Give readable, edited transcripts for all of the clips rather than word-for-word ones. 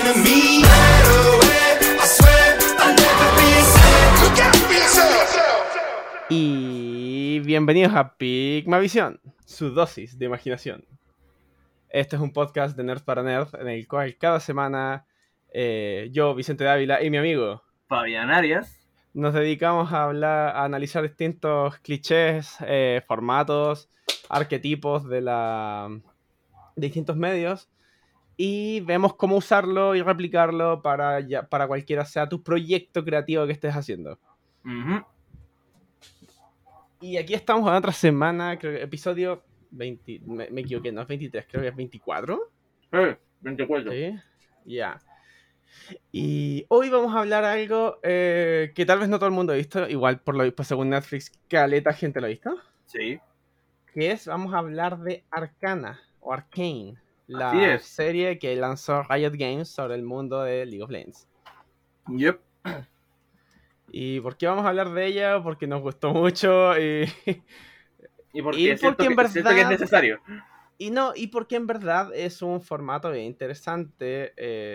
to me. I swear I'll never be the same. Look out for yourself. Y bienvenidos a Pigmavisión, su dosis de imaginación. Este es un podcast de Nerd para Nerd en el cual cada semana yo, Vicente Dávila y mi amigo Fabián Arias nos dedicamos a analizar distintos clichés, formatos, arquetipos de distintos medios y vemos cómo usarlo y replicarlo para cualquiera sea tu proyecto creativo que estés haciendo. Uh-huh. Y aquí estamos en otra semana, creo que episodio 20, me equivoqué, no es 23, creo que es 24. 24. Sí, ya. Y hoy vamos a hablar algo que tal vez no todo el mundo ha visto, igual pues según Netflix, caleta gente lo ha visto. Sí. Vamos a hablar de Arcana, o Arcane, Así la es. serie que lanzó Riot Games sobre el mundo de League of Legends. Yep. ¿Y por qué vamos a hablar de ella? Porque nos gustó mucho y... Y porque, Y porque en siento que es verdad- necesario. Y porque en verdad es un formato bien interesante,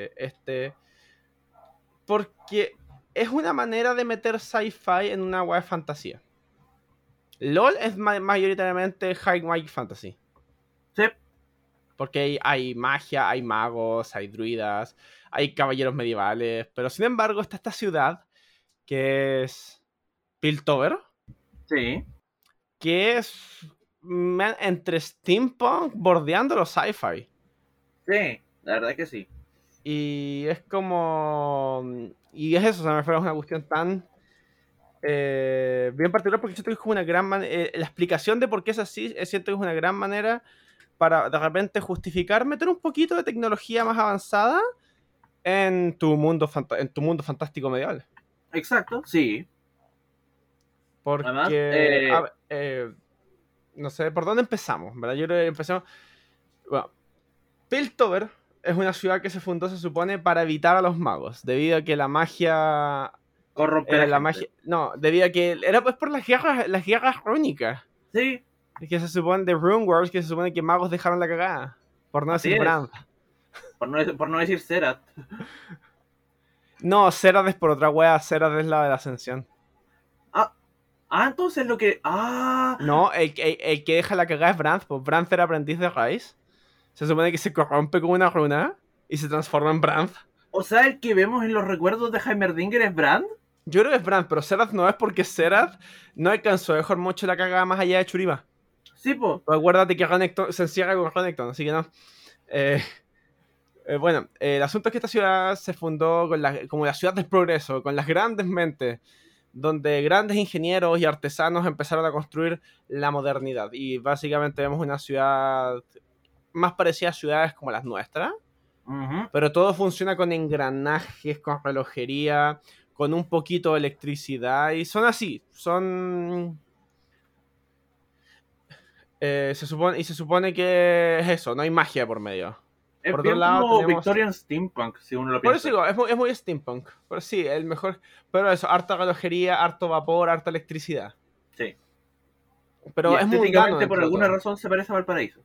porque es una manera de meter sci-fi en una web de fantasía. LOL es mayoritariamente high fantasy, Sí. porque hay magia, hay magos, hay druidas, hay caballeros medievales, pero sin embargo está esta ciudad que es Piltover, Sí. que es entre steampunk bordeando los sci-fi. Sí. La verdad que sí. Y es como... Y es eso, o sea, me refiero a una cuestión tan bien particular porque siento que es como una gran manera... la explicación de por qué es así, siento que es una gran manera para de repente justificar meter un poquito de tecnología más avanzada en tu mundo, en tu mundo fantástico medieval. Exacto. Sí. Porque... Además, no sé, ¿por dónde empezamos? ¿Verdad? Yo creo que empezamos... Bueno, Piltover es una ciudad que se fundó, se supone, para evitar a los magos, debido a que la magia... corrompe a la gente. magia... No, debido a que... Era pues por las guerras rúnicas. Sí. Que se supone de Rune Wars, que se supone que magos dejaron la cagada. Por no Así decir es. Brand. Por no decir Zerat. No, Serad es por otra wea, Serad es la de la ascensión. Entonces lo que... No, el que deja la cagada es Brand, pues Brand era aprendiz de Rice. Se supone que se corrompe con una runa y se transforma en Brand. O sea, el que vemos en los recuerdos de Heimerdinger es Brand. Yo creo que es Brand, pero Serad no es porque Serad no alcanzó a dejar mucho la cagada más allá de Churiba. Sí, po. Pues acuérdate que Renekton se encierra con Renekton, así que no. Bueno, el asunto es que esta ciudad se fundó como la ciudad del progreso, con las grandes mentes, donde grandes ingenieros y artesanos empezaron a construir la modernidad. Y básicamente vemos una ciudad más parecida a ciudades como las nuestras, Uh-huh. pero todo funciona con engranajes, con relojería, con un poquito de electricidad, y son así, se supone que es eso, no hay magia por medio. Es Por bien otro lado como tenemos... Victorian Steampunk, si uno lo Por piensa. eso digo, es muy steampunk. Pero sí, el mejor. Pero eso, harta relojería, harto vapor, harta electricidad. Sí. Pero Y es mundano. estéticamente por dentro de alguna todo. razón se parece a Valparaíso.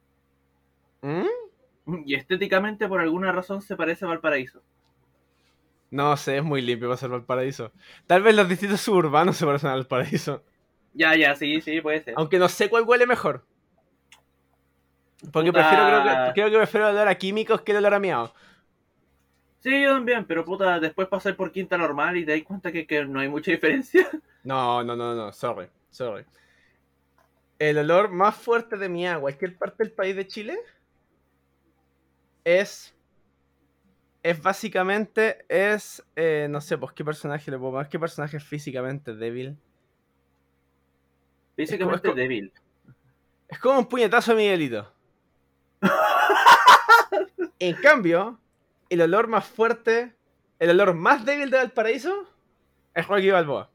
¿Mm? Y estéticamente por alguna razón se parece a Valparaíso. No sé, es muy limpio para ser Valparaíso. Tal vez los distritos suburbanos se parecen al Valparaíso. Ya, sí, puede ser. Aunque no sé cuál huele mejor. Porque Puta. creo que prefiero el olor a químicos que el olor a miado. Sí, yo también, pero puta, después pasar por Quinta Normal y te das cuenta que no hay mucha diferencia. No, sorry. El olor más fuerte de mi agua, cualquier parte del país de Chile, es básicamente, no sé, pues qué personaje le puedo poner, qué personaje es físicamente débil. Físicamente Es como- débil. Es como un puñetazo de Miguelito. En cambio, el olor más fuerte, el olor más débil de Valparaíso, es Rocky Balboa.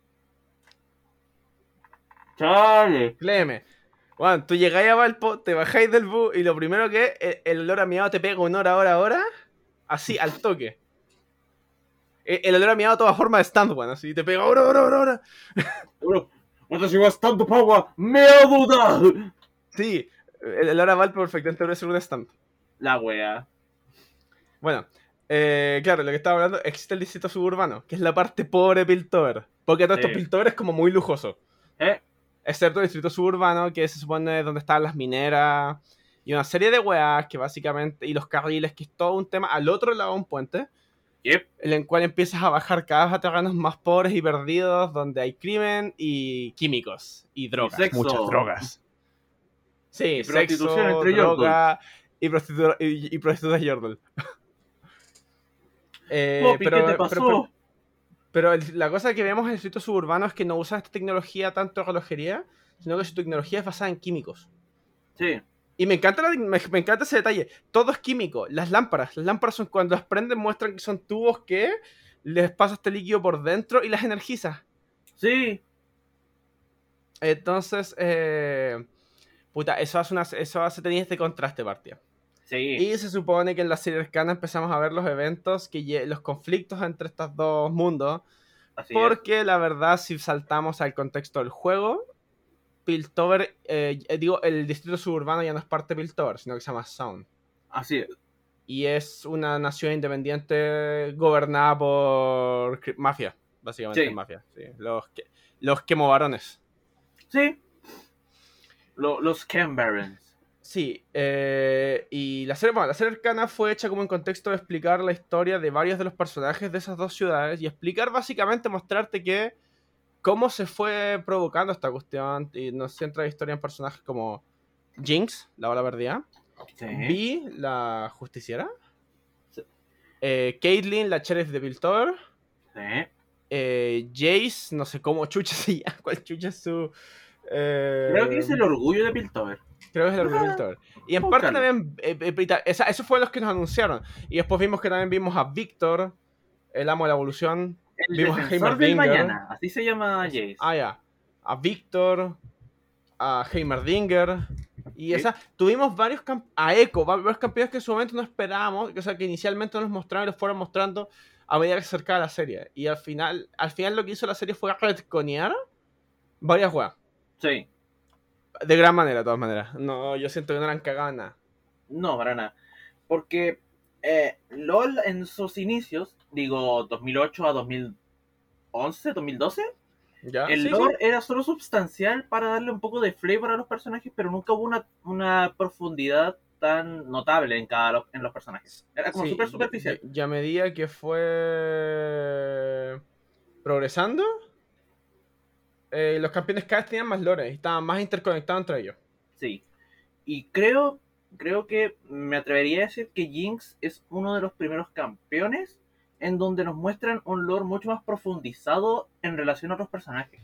Chale. Créeme. Bueno, tú llegáis a Valpo, te bajáis del bus y lo primero que es, el olor a miado te pega una hora, así, al toque. El olor a miado toma forma de stand, bueno, así te pega hora. Watashi wa stand power, me duda. Sí, el olor a Valpo perfectamente debe ser un stand. La wea. Bueno, Claro, lo que estaba hablando, existe el distrito suburbano, que es la parte pobre de Piltover. Porque todo esto Sí. Piltover es como muy lujoso. ¿Eh? Excepto el distrito suburbano, que se supone es donde están las mineras y una serie de weas que básicamente. Y los carriles, que es todo un tema al otro lado de un puente. Yep. En el cual empiezas a bajar cada vez a terrenos más pobres y perdidos, donde hay crimen y químicos y drogas. sexo. Muchas drogas. Sí, Y prostitución sexo, entre droga y prostitutas yordle. Poppy, ¿qué te pasó? Pero la cosa que vemos en el distrito suburbano es que no usan esta tecnología tanto de relojería, sino que su tecnología es basada en químicos. Sí. Y me encanta, me encanta ese detalle. Todo es químico. Las lámparas son cuando las prenden muestran que son tubos que les pasa este líquido por dentro y las energiza. Sí. Entonces, puta, eso hace tener este contraste partida. Sí. Y se supone que en la serie Arcana empezamos a ver los eventos, los conflictos entre estos dos mundos. Así Porque la verdad, si saltamos al contexto del juego, Piltover, el distrito suburbano ya no es parte de Piltover, sino que se llama Sound. Así es. Y es una nación independiente gobernada por mafia, básicamente Sí. mafia. Sí. Los quemovarones. Sí. Los Ken Barons. Sí, y la serie Arcana fue hecha como en contexto de explicar la historia de varios de los personajes de esas dos ciudades y explicar básicamente, mostrarte que cómo se fue provocando esta cuestión y nos centra la historia en personajes como Jinx, la bala perdida, Sí. Vi, la justiciera, Sí. Caitlyn, la sheriff de Piltover, Sí. Jace, no sé cómo chucha se llama, cuál chucha es su... Creo que es el orgullo de Piltover. Creo que es el orgullo de Piltover. Y en Búscalo. parte también, esos fueron los que nos anunciaron. Y después vimos que también vimos a Victor, el amo de la evolución. El Vimos a defensor del Heimerdinger. mañana. Así se llama Jace. Ah, ya. A Victor, a Heimerdinger. Y Sí. tuvimos varios a Echo, varios campeones que en su momento no esperábamos, o sea, que inicialmente no nos mostraron y los fueron mostrando a medida que se acercaba la serie. Y al final lo que hizo la serie fue retconear varias weas. Sí. De gran manera, de todas maneras. No, yo siento que no le han cagado en nada. No, para nada. Porque LOL en sus inicios, digo 2008 a 2011, 2012, ¿Ya? el Sí, lore sí. era solo substancial para darle un poco de flavor a los personajes, pero nunca hubo una profundidad tan notable en los personajes. Era como Sí, súper superficial. y a medida que fue progresando, los campeones cada vez tenían más lore y estaban más interconectados entre ellos. Sí. Y creo que me atrevería a decir que Jinx es uno de los primeros campeones en donde nos muestran un lore mucho más profundizado en relación a otros personajes.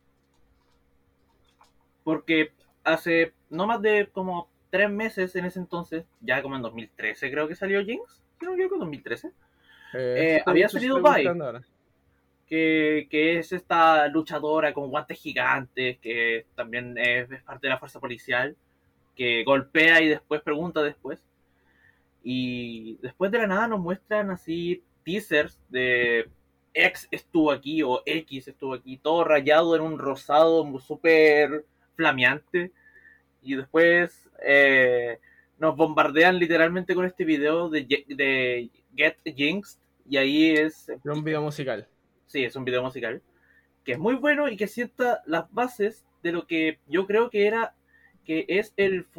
Porque hace no más de como 3 meses en ese entonces, ya como en 2013 creo que salió Jinx, si no me equivoco, 2013, había salido Estoy Vi, buscando ahora. que es esta luchadora con guantes gigantes, que también es parte de la fuerza policial, que golpea y después pregunta después. Y después de la nada nos muestran así teasers de X estuvo aquí o X estuvo aquí, todo rayado en un rosado súper flameante. Y después nos bombardean literalmente con este video de Get Jinxed. Y ahí es... Era un video musical. Sí, es un video musical. Que es muy bueno y que sienta las bases de lo que yo creo que es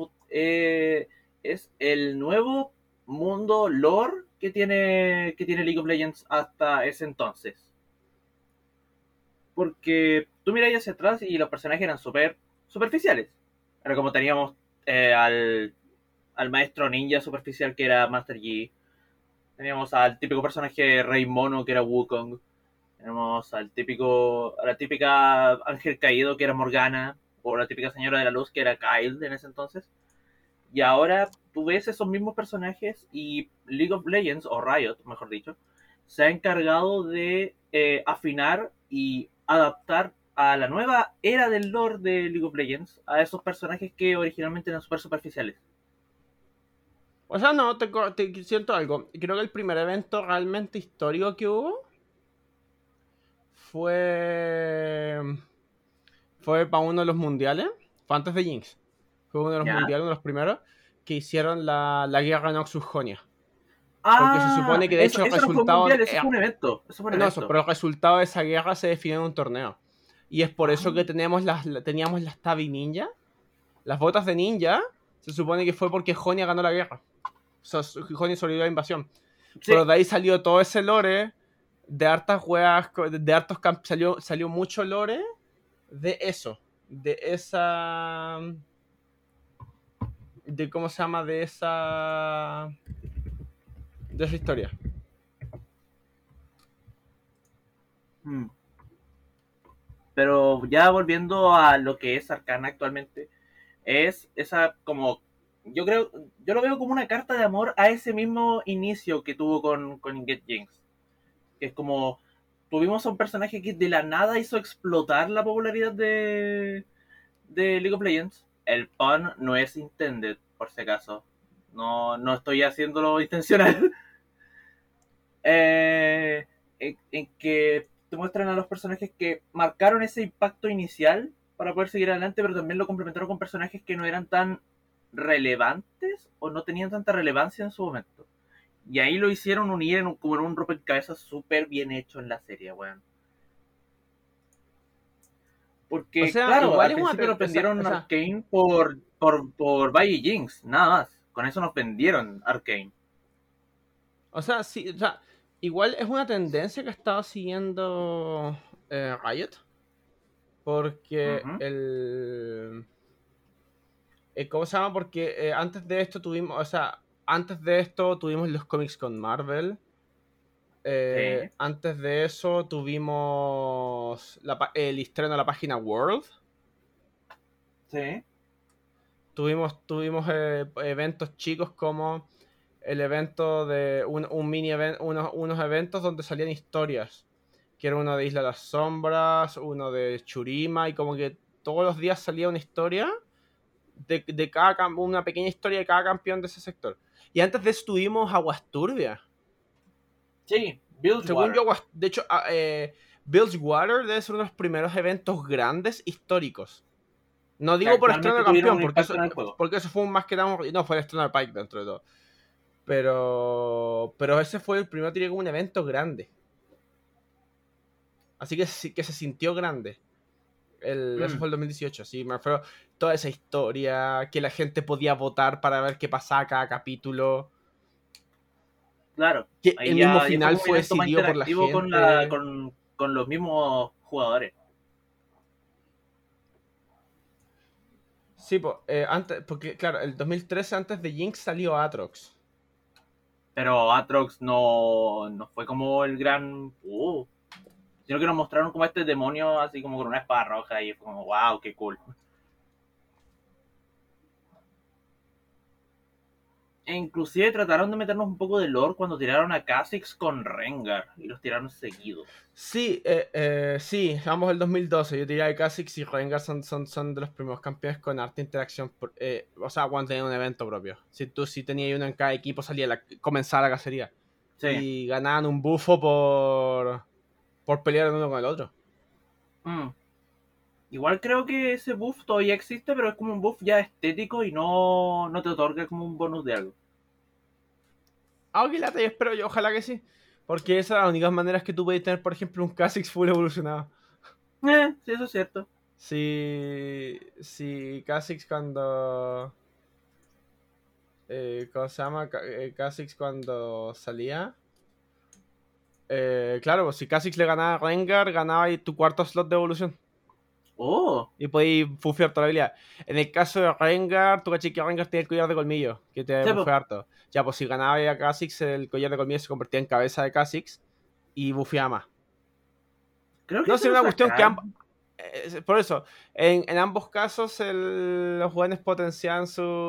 el nuevo mundo lore que tiene League of Legends hasta ese entonces. Porque tú miras hacia atrás y los personajes eran súper superficiales. Era como teníamos al maestro ninja superficial que era Master Yi. Teníamos al típico personaje Rey Mono que era Wukong. Tenemos a la típica ángel caído que era Morgana. O la típica señora de la luz que era Kyle en ese entonces. Y ahora tú ves esos mismos personajes y League of Legends, o Riot, mejor dicho, se ha encargado de afinar y adaptar a la nueva era del lore de League of Legends a esos personajes que originalmente eran súper superficiales. O sea, no, te siento algo. Creo que el primer evento realmente histórico que hubo fue para uno de los mundiales. Fue antes de Jinx. Fue uno de los ¿Ya? mundiales, uno de los primeros, que hicieron la guerra Noxus Jonia. Porque se supone que de hecho el eso no fue un resultado... mundial, eso fue un evento. Eso fue un No, eso, evento. pero el resultado de esa guerra se definió en un torneo. Y es por eso que Ah. teníamos las Tabi Ninja. Las botas de ninja, se supone que fue porque Jonia ganó la guerra. O sea, Jonia sobrevivió a la invasión. Sí, Pero de ahí salió todo ese lore de hartas weas, de hartos salió mucho lore de eso. De esa... De cómo se llama, de esa historia. mm. Pero ya volviendo a lo que es Arcana actualmente, es esa como, yo creo, yo lo veo como una carta de amor a ese mismo inicio que tuvo con Get Jinx. Que es como, tuvimos a un personaje que de la nada hizo explotar la popularidad de League of Legends. El pun no es intended, por si acaso. No estoy haciéndolo intencional. En que te muestran a los personajes que marcaron ese impacto inicial para poder seguir adelante, pero también lo complementaron con personajes que no eran tan relevantes o no tenían tanta relevancia en su momento. Y ahí lo hicieron unir como en un rompecabezas súper bien hecho en la serie, weón. O Porque, sea, claro, igual al es una... principio nos vendieron o sea, Arcane por Vi y Jinx, nada más. Con eso nos vendieron Arcane. O sea, sí, o sea, igual es una tendencia que ha estado siguiendo Riot. Porque Ujú. ¿cómo se llama? Porque antes de esto tuvimos, o sea, antes de esto tuvimos los cómics con Marvel. Sí, Antes de eso tuvimos el estreno de la página World. sí. Tuvimos eventos chicos como el evento de un mini evento, unos eventos donde salían historias. Que era uno de Isla de las Sombras, uno de Churima, y como que todos los días salía una historia una pequeña historia de cada campeón de ese sector. Y antes de eso tuvimos Aguas Turbias. Sí, Según Buildwater. yo, de hecho, Bilgewater debe ser uno de los primeros eventos grandes históricos. No Que digo por estreno actualmente de tuvieron campeón, un impacto en el juego. porque eso fue un más que nada. No, fue el estreno de Pike dentro de todo. Pero ese fue el primero que tiene como un evento grande. Así que se sintió grande. Eso fue el 2018, sí, me refiero toda esa historia, que la gente podía votar para ver qué pasaba cada capítulo, Claro, que el ahí mismo ya fue final un fue evento más decidido por la interactivo gente. con los mismos jugadores. Sí, antes, porque claro, el 2013 antes de Jinx salió Atrox. Pero Atrox no fue como el gran. Sino que nos mostraron como este demonio así como con una espada roja y fue como, wow, qué cool. E inclusive trataron de meternos un poco de lore cuando tiraron a Kha'Zix con Rengar y los tiraron seguidos. Sí, sí, ambos el 2012. Yo diría que Kha'Zix y Rengar son de los primeros campeones con harta interacción. O sea, cuando tenían un evento propio. Si tenías uno en cada equipo, comenzaba la cacería. Sí. Y ganaban un bufo por pelear el uno con el otro. Mm. Igual creo que ese buff todavía existe, pero es como un buff ya estético y no te otorga como un bonus de algo. Ah, ok, lata, yo espero, ojalá que sí. Porque esa es la única manera que tú puedes tener, por ejemplo, un Kha'Zix full evolucionado. Sí, eso es cierto. Si Kha'Zix cuando... ¿cómo se llama? Kha'Zix cuando salía. Claro, pues si Kha'Zix le ganaba a Rengar, ganaba ahí tu cuarto slot de evolución. Oh, Y podéis bufear toda la habilidad. En el caso de Rengar, tú caché que Rengar tiene el collar de colmillo, que te sí, pues, bufea harto. Ya, pues si ganaba a Kha'Zix, el collar de colmillo se convertía en cabeza de Kha'Zix y bufeaba más. creo que No, eso sí, lo una cuestión que sacaron. por eso, en ambos casos los jóvenes potenciaban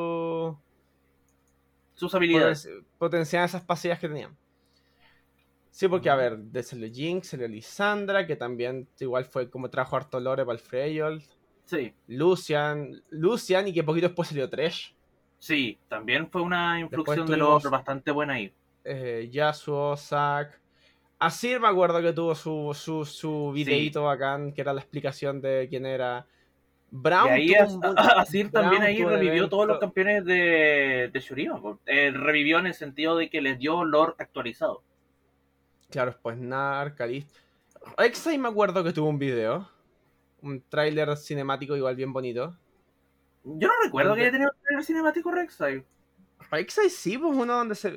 Sus habilidades. potenciaban esas pasivas que tenían. Sí, porque a Mm, ver, de salió Jinx, salió Lisandra, que también igual fue como trajo harto lore para el Freyjold. sí, Lucian, y que poquito después salió Thresh. sí, también fue una Después influxión de lore tuvimos bastante buena ahí. Yasuo, Zac. Asir me acuerdo que tuvo su Sí, videíto bacán, que era la explicación de quién era. Brown Y ahí tuvo un buen- Azir también Brown ahí tuvo un revivió todos los evento- campeones de Shuriken. Revivió en el sentido de que les dio lore actualizado. Claro, pues Nar, Calist. Rek'Sai me acuerdo que tuvo un video. Un tráiler cinemático igual bien bonito. Yo no recuerdo que haya tenido un trailer cinemático Rek'Sai. Rek'Sai sí, pues uno donde se...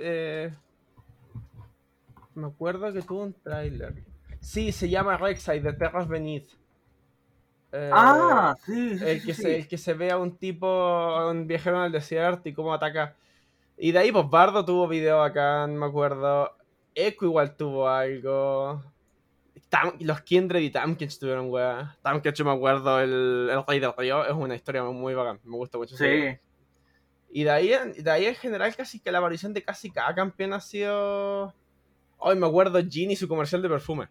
me acuerdo que tuvo un tráiler. Sí, se llama Rek'Sai, de Terras Beneath. Sí, El que se ve a un tipo, un viajero en el desierto y cómo ataca. Y de ahí, pues Bardo tuvo video acá, me acuerdo. Echo igual tuvo algo. Los Kindred y Tamkins tuvieron weá. Tamkins, yo me acuerdo, el Rey del Río, es una historia muy bacán. Me gusta mucho. Sí. Y de ahí en general casi que la aparición de casi cada campeón ha sido... Hoy me acuerdo Jin y su comercial de perfume.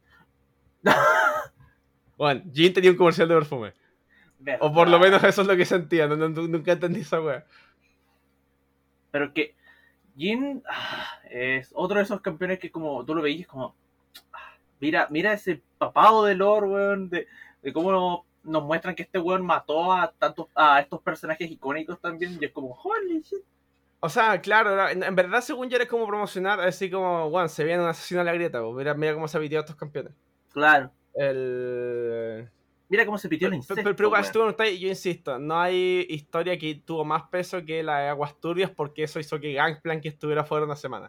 Bueno, Jin tenía un comercial de perfume. ¿Verdad? O por lo menos eso es lo que sentía. Nunca entendí esa wea. Pero que Jin es otro de esos campeones que como tú lo veías como... Mira ese papado de lore, weón, de cómo nos muestran que este weón mató a estos personajes icónicos también. Y es como, holy shit. O sea, claro, en verdad según yo era como promocionar, así como, bueno, se viene un asesino a la grieta. Pues, mira cómo se ha piteado estos campeones. Claro. El... Mira cómo se pitió el insecto. Pero igual, weón. yo insisto, no hay historia que tuvo más peso que la de Aguas Turbias porque eso hizo que Gangplank estuviera fuera una semana.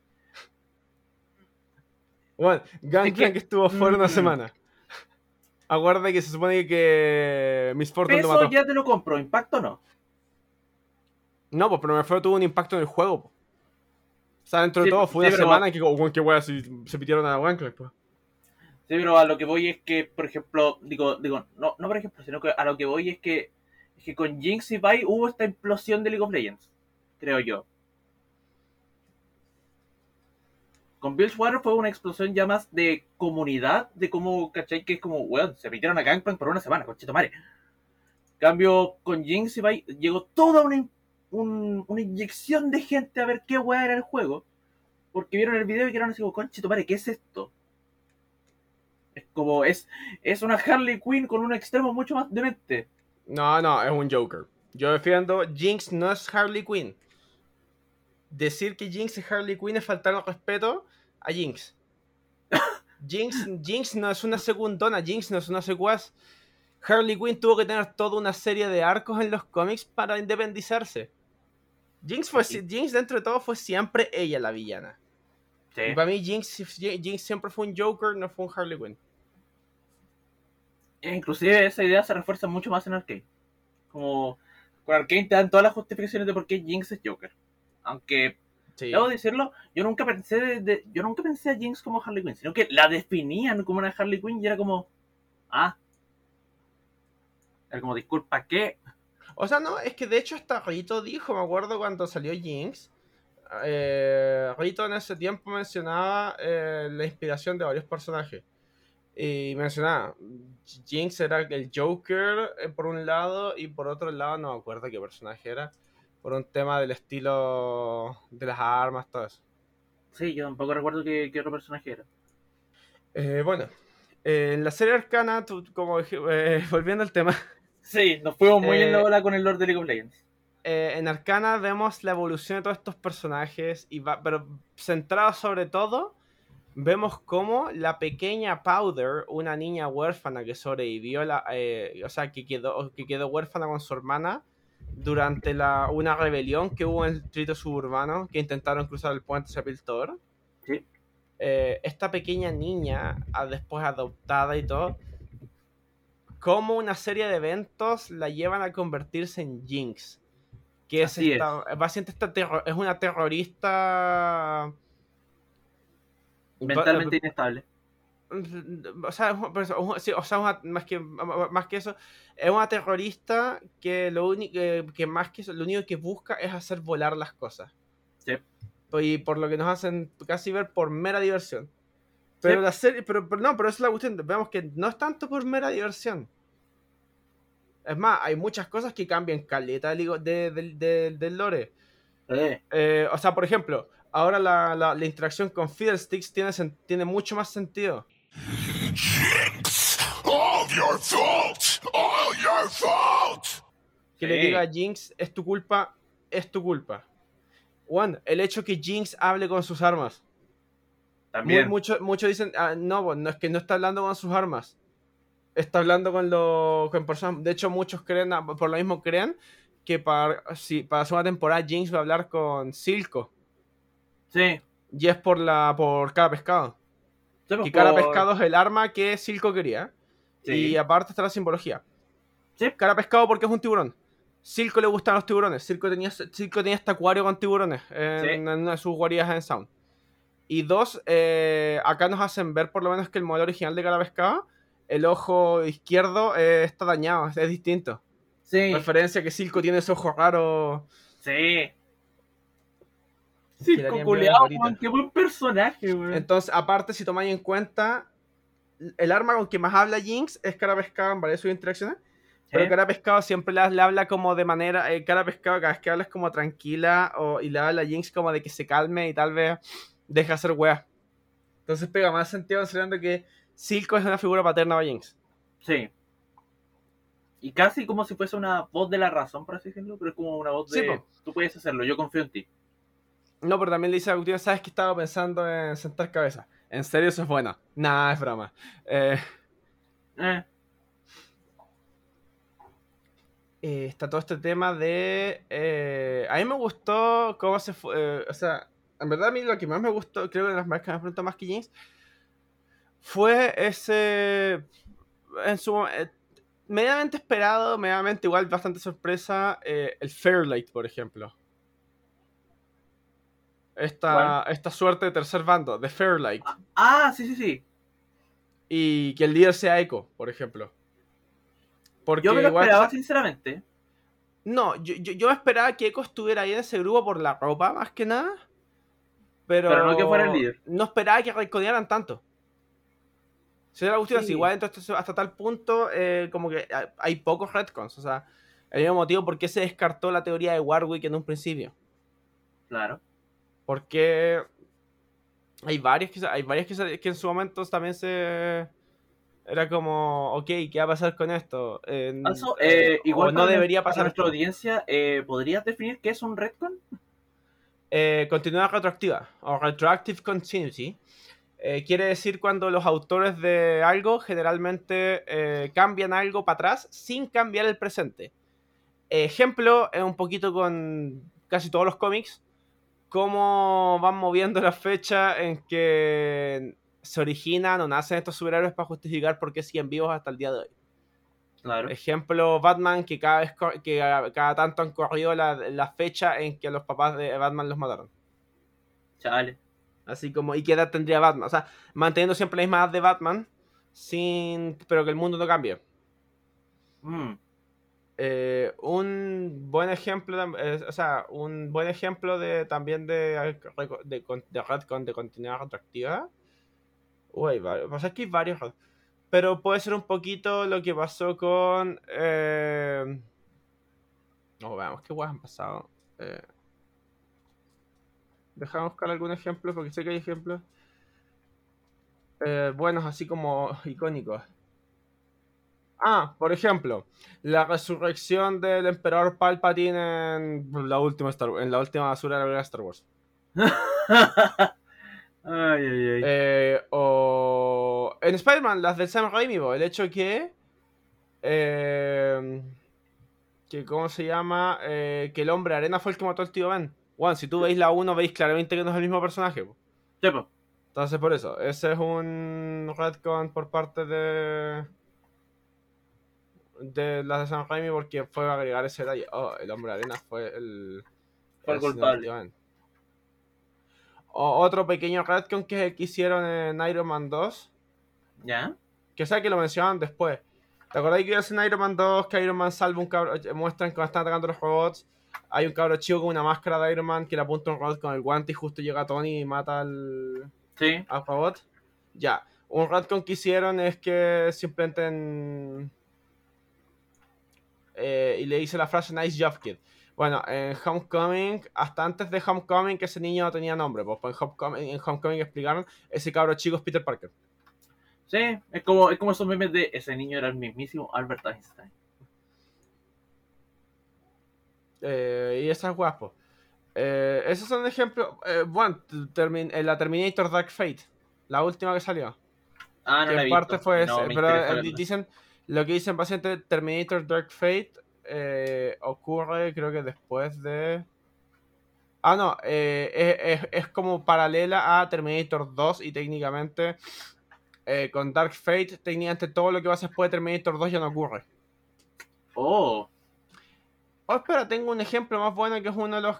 Bueno, Gangplank estuvo fuera una semana. Aguarda que se supone que Miss Fortune lo Peso mató. ya te lo compro, impacto no. No, pues pero me fue tuvo un impacto en el juego. Po. O sea, dentro de Sí, todo fue sí, una pero- semana que, oh, qué wea, si se pitieron a Gangplank. Pues. Sí, pero a lo que voy es que, por ejemplo, no por ejemplo, sino que a lo que voy es que con Jinx y Vi hubo esta implosión de League of Legends, creo yo. Con Bilgewater fue una explosión ya más de comunidad, de cómo, ¿cachai? Que es como, weón, se metieron a Gangplank por una semana, conchito madre. Cambio, con Jinx y Vi llegó toda una inyección de gente a ver qué weá era el juego, porque vieron el video y quedaron así como, conchito madre, ¿qué es esto? Es como, es una Harley Quinn con un extremo mucho más demente. No, es un Joker. Yo defiendo, Jinx no es Harley Quinn. Decir que Jinx es Harley Quinn es faltar el respeto a Jinx. Jinx no es una secundona, Jinx no es una secuaz. Harley Quinn tuvo que tener toda una serie de arcos en los cómics para independizarse. Jinx dentro de todo fue siempre ella la villana. Sí. Y para mí Jinx siempre fue un Joker, no fue un Harley Quinn. Inclusive esa idea se refuerza mucho más en Arcane. Como con Arcane te dan todas las justificaciones de por qué Jinx es Joker. Aunque, Sí. debo decirlo, yo nunca pensé a Jinx como Harley Quinn, sino que la definían como una Harley Quinn y era como, era como, disculpa, ¿qué? O sea, no, es que de hecho hasta Rito dijo, me acuerdo cuando salió Jinx. Rito en ese tiempo mencionaba la inspiración de varios personajes. Y mencionaba, Jinx era el Joker por un lado y por otro lado no me acuerdo qué personaje era. Por un tema del estilo de las armas, todo eso. Sí, yo tampoco recuerdo qué otro personaje era. Bueno, en la serie Arcana, como dije, volviendo al tema, Sí, nos fuimos muy en la Eh, ola con el Lord de League of Legends. en Arcana vemos la evolución de todos estos personajes, pero centrado sobre todo, vemos cómo la pequeña Powder, una niña huérfana que sobrevivió, o sea, que quedó huérfana con su hermana durante una rebelión que hubo en el distrito suburbano, que intentaron cruzar el puente hacia Piltover. Sí. Esta pequeña niña, después adoptada y todo, como una serie de eventos la llevan a convertirse en Jinx. Que es Así es. básicamente es una terrorista Mentalmente inestable. O sea, sí, o sea más que eso, es una terrorista que lo único que más que eso, lo único que busca es hacer volar las cosas. Sí. Y por lo que nos hacen casi ver por mera diversión. Pero Sí. la serie, pero esa es la cuestión. Vemos que no es tanto por mera diversión. Es más, hay muchas cosas que cambian caleta del lore. O sea, por ejemplo, ahora la interacción con Fiddlesticks tiene mucho más sentido. Jinx, all your fault. All your fault. Que le Sí. diga a Jinx, es tu culpa, es tu culpa. One, el hecho que Jinx hable con sus armas. También. Muchos dicen, no, pues, no, es que no está hablando con sus armas. Está hablando con personas. De hecho, muchos creen, por lo mismo creen, que para la segunda temporada Jinx va a hablar con Silco. Sí. Y es por Cara Pescado. Sí, pues, Que Cara por- Pescado es el arma que Silco quería. Sí. Y aparte está la simbología. Sí. Cara Pescado porque es un tiburón. Silco le gustan los tiburones. Silco tenía este acuario con tiburones en una de sus guaridas en Sound. Y dos, acá nos hacen ver por lo menos que el modelo original de Cara Pescado, el ojo izquierdo está dañado, es distinto. Sí. Referencia que Silco tiene ese ojo raro. Sí. Que le harían Circo bien culeado, las varitas. weón. Qué buen personaje, weón. Entonces, aparte, si tomáis en cuenta, el arma con que más habla Jinx es Cara Pescado en varias de sus interacciones. Pero Sí. Cara Pescado siempre le habla como de manera. Cara Pescado cada vez que habla es como tranquila. Y le habla a Jinx como de que se calme y tal vez deje hacer weas. Entonces pega más sentido considerando que Silco es una figura paterna para Jinx. Sí. Y casi como si fuese una voz de la razón, por así decirlo, pero es como una voz Sí, de... po. Tú puedes hacerlo, yo confío en ti. No, pero también le dice a Agustín, ¿sabes que estaba pensando en sentar cabeza? ¿En serio eso es bueno? Nah, es broma. Está todo este tema de... a mí me gustó cómo se fue... o sea, en verdad a mí lo que más me gustó, creo que de las marcas que me preguntó más que Jinx, fue ese... En su medianamente esperado, medianamente igual, bastante sorpresa, el Fairlight, por ejemplo. Esta suerte de tercer bando, de Fairlight. Ah, sí, sí, sí. Y que el líder sea Echo, por ejemplo. Porque Yo me lo igual esperaba, sinceramente. No, yo esperaba que Echo estuviera ahí en ese grupo por la ropa, más que nada. Pero no que fuera el líder. No esperaba que recodearan tanto. Si era la cuestión, Sí. igual entonces hasta tal punto, como que hay pocos retcons. O sea, el mismo motivo por qué se descartó la teoría de Warwick en un principio. Claro. Porque hay varios que en su momento también se... Era como, ok, ¿qué va a pasar con esto? Also, O igual no debería para pasar nuestra esto. audiencia, ¿podrías definir qué es un retcon? Continuidad retroactiva o retroactive continuity. Quiere decir cuando los autores de algo generalmente cambian algo para atrás sin cambiar el presente. Ejemplo, es un poquito con casi todos los cómics, cómo van moviendo la fecha en que se originan o nacen estos superhéroes para justificar por qué siguen vivos hasta el día de hoy. Claro. Ejemplo, Batman, que cada tanto han corrido la fecha en que los papás de Batman los mataron. Chale. Así como, ¿y qué edad tendría Batman? O sea, manteniendo siempre la misma edad de Batman, pero que el mundo no cambie. Mm. Un buen ejemplo, un buen ejemplo también de retcon de continuidad retroactiva. Uy, pasa que hay varios. Pero puede ser un poquito lo que pasó con... No, veamos qué guay han pasado. Déjame buscar algún ejemplo, porque sé que hay ejemplos buenos, así como icónicos. Por ejemplo, la resurrección del emperador Palpatine en la última basura de la Star Wars. Ay, ay, ay. O en Spider-Man, las del Sam Raimi, el hecho que ¿cómo se llama? Que el hombre arena fue el que mató al tío Ben. Juan, si tú veis la 1, veis claramente que no es el mismo personaje. Sí, po. Entonces, por eso, ese es un retcon por parte de las de Sam Raimi, porque fue a agregar ese detalle. El hombre arena fue el culpable. tío Ben. Otro pequeño retcon que hicieron en Iron Man 2, ¿Ya? que sé que lo mencionaban después. ¿Te acordás que en Iron Man 2 que Iron Man salva un cabro? Muestran que están atacando los robots. Hay un cabro chico con una máscara de Iron Man que le apunta un robot con el guante y justo llega Tony y mata al robot. Ya. Un retcon que hicieron es que simplemente y le dice la frase Nice job, kid. Bueno, en Homecoming, hasta antes de Homecoming, ese niño no tenía nombre. Pues en Homecoming explicaron, ese cabro chico es Peter Parker. Sí, es como esos memes de ese niño era el mismísimo Albert Einstein. Y esas guapos. Esos son ejemplos. Bueno, la Terminator Dark Fate, la última que salió. Ah, no Que la he en parte visto. fue No ese. me Pero interesa verla. dicen. Lo que dicen básicamente Terminator Dark Fate ocurre, creo que después de. Ah, no. Es como paralela a Terminator 2 y técnicamente. Con Dark Fate, técnicamente todo lo que pasa después de Terminator 2 ya no ocurre. Oh, Oh, espera, tengo un ejemplo más bueno que es uno de los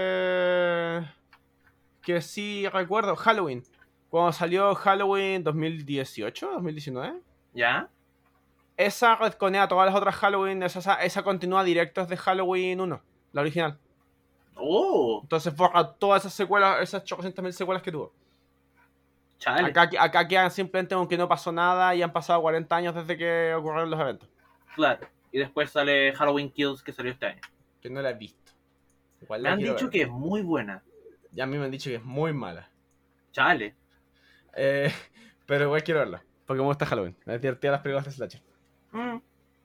que sí recuerdo, Halloween. Cuando salió Halloween 2018, 2019. ¿ya? Esa retconea todas las otras Halloween, esa continúa directos de Halloween 1, la original. Oh, Entonces borra todas esas secuelas, esas 800.000 secuelas que tuvo. chale. Acá quedan simplemente aunque no pasó nada y han pasado 40 años desde que ocurrieron los eventos. Claro. Y después sale Halloween Kills que salió este año. Que no la he visto. Igual Me la han quiero dicho ver. que es muy buena. Ya a mí me han dicho que es muy mala. Chale. Eh, pero igual quiero verla. Porque me gusta Halloween. Me divertía las películas de Slasher. Mm.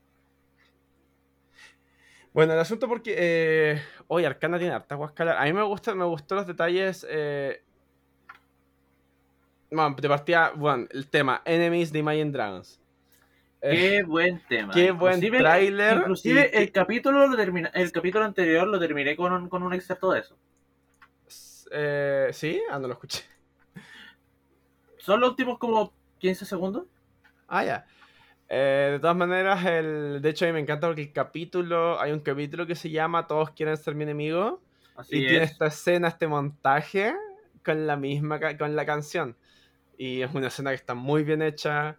Bueno, el asunto porque... Oye, Arcana tiene harta guascala. A mí me gustó los detalles... Bueno, de partida, bueno, el tema Enemies de Imagine Dragons. Qué buen tema. Qué buen tráiler. Inclusive y el capítulo anterior lo terminé con un excerto de eso. ¿Sí? Ah, no lo escuché. Son los últimos como 15 segundos. Ah, ya. De todas maneras, de hecho a mí me encanta porque hay un capítulo que se llama Todos quieren ser mi enemigo. Así Y tiene es. esta escena, este montaje con con la canción. Y es una escena que está muy bien hecha.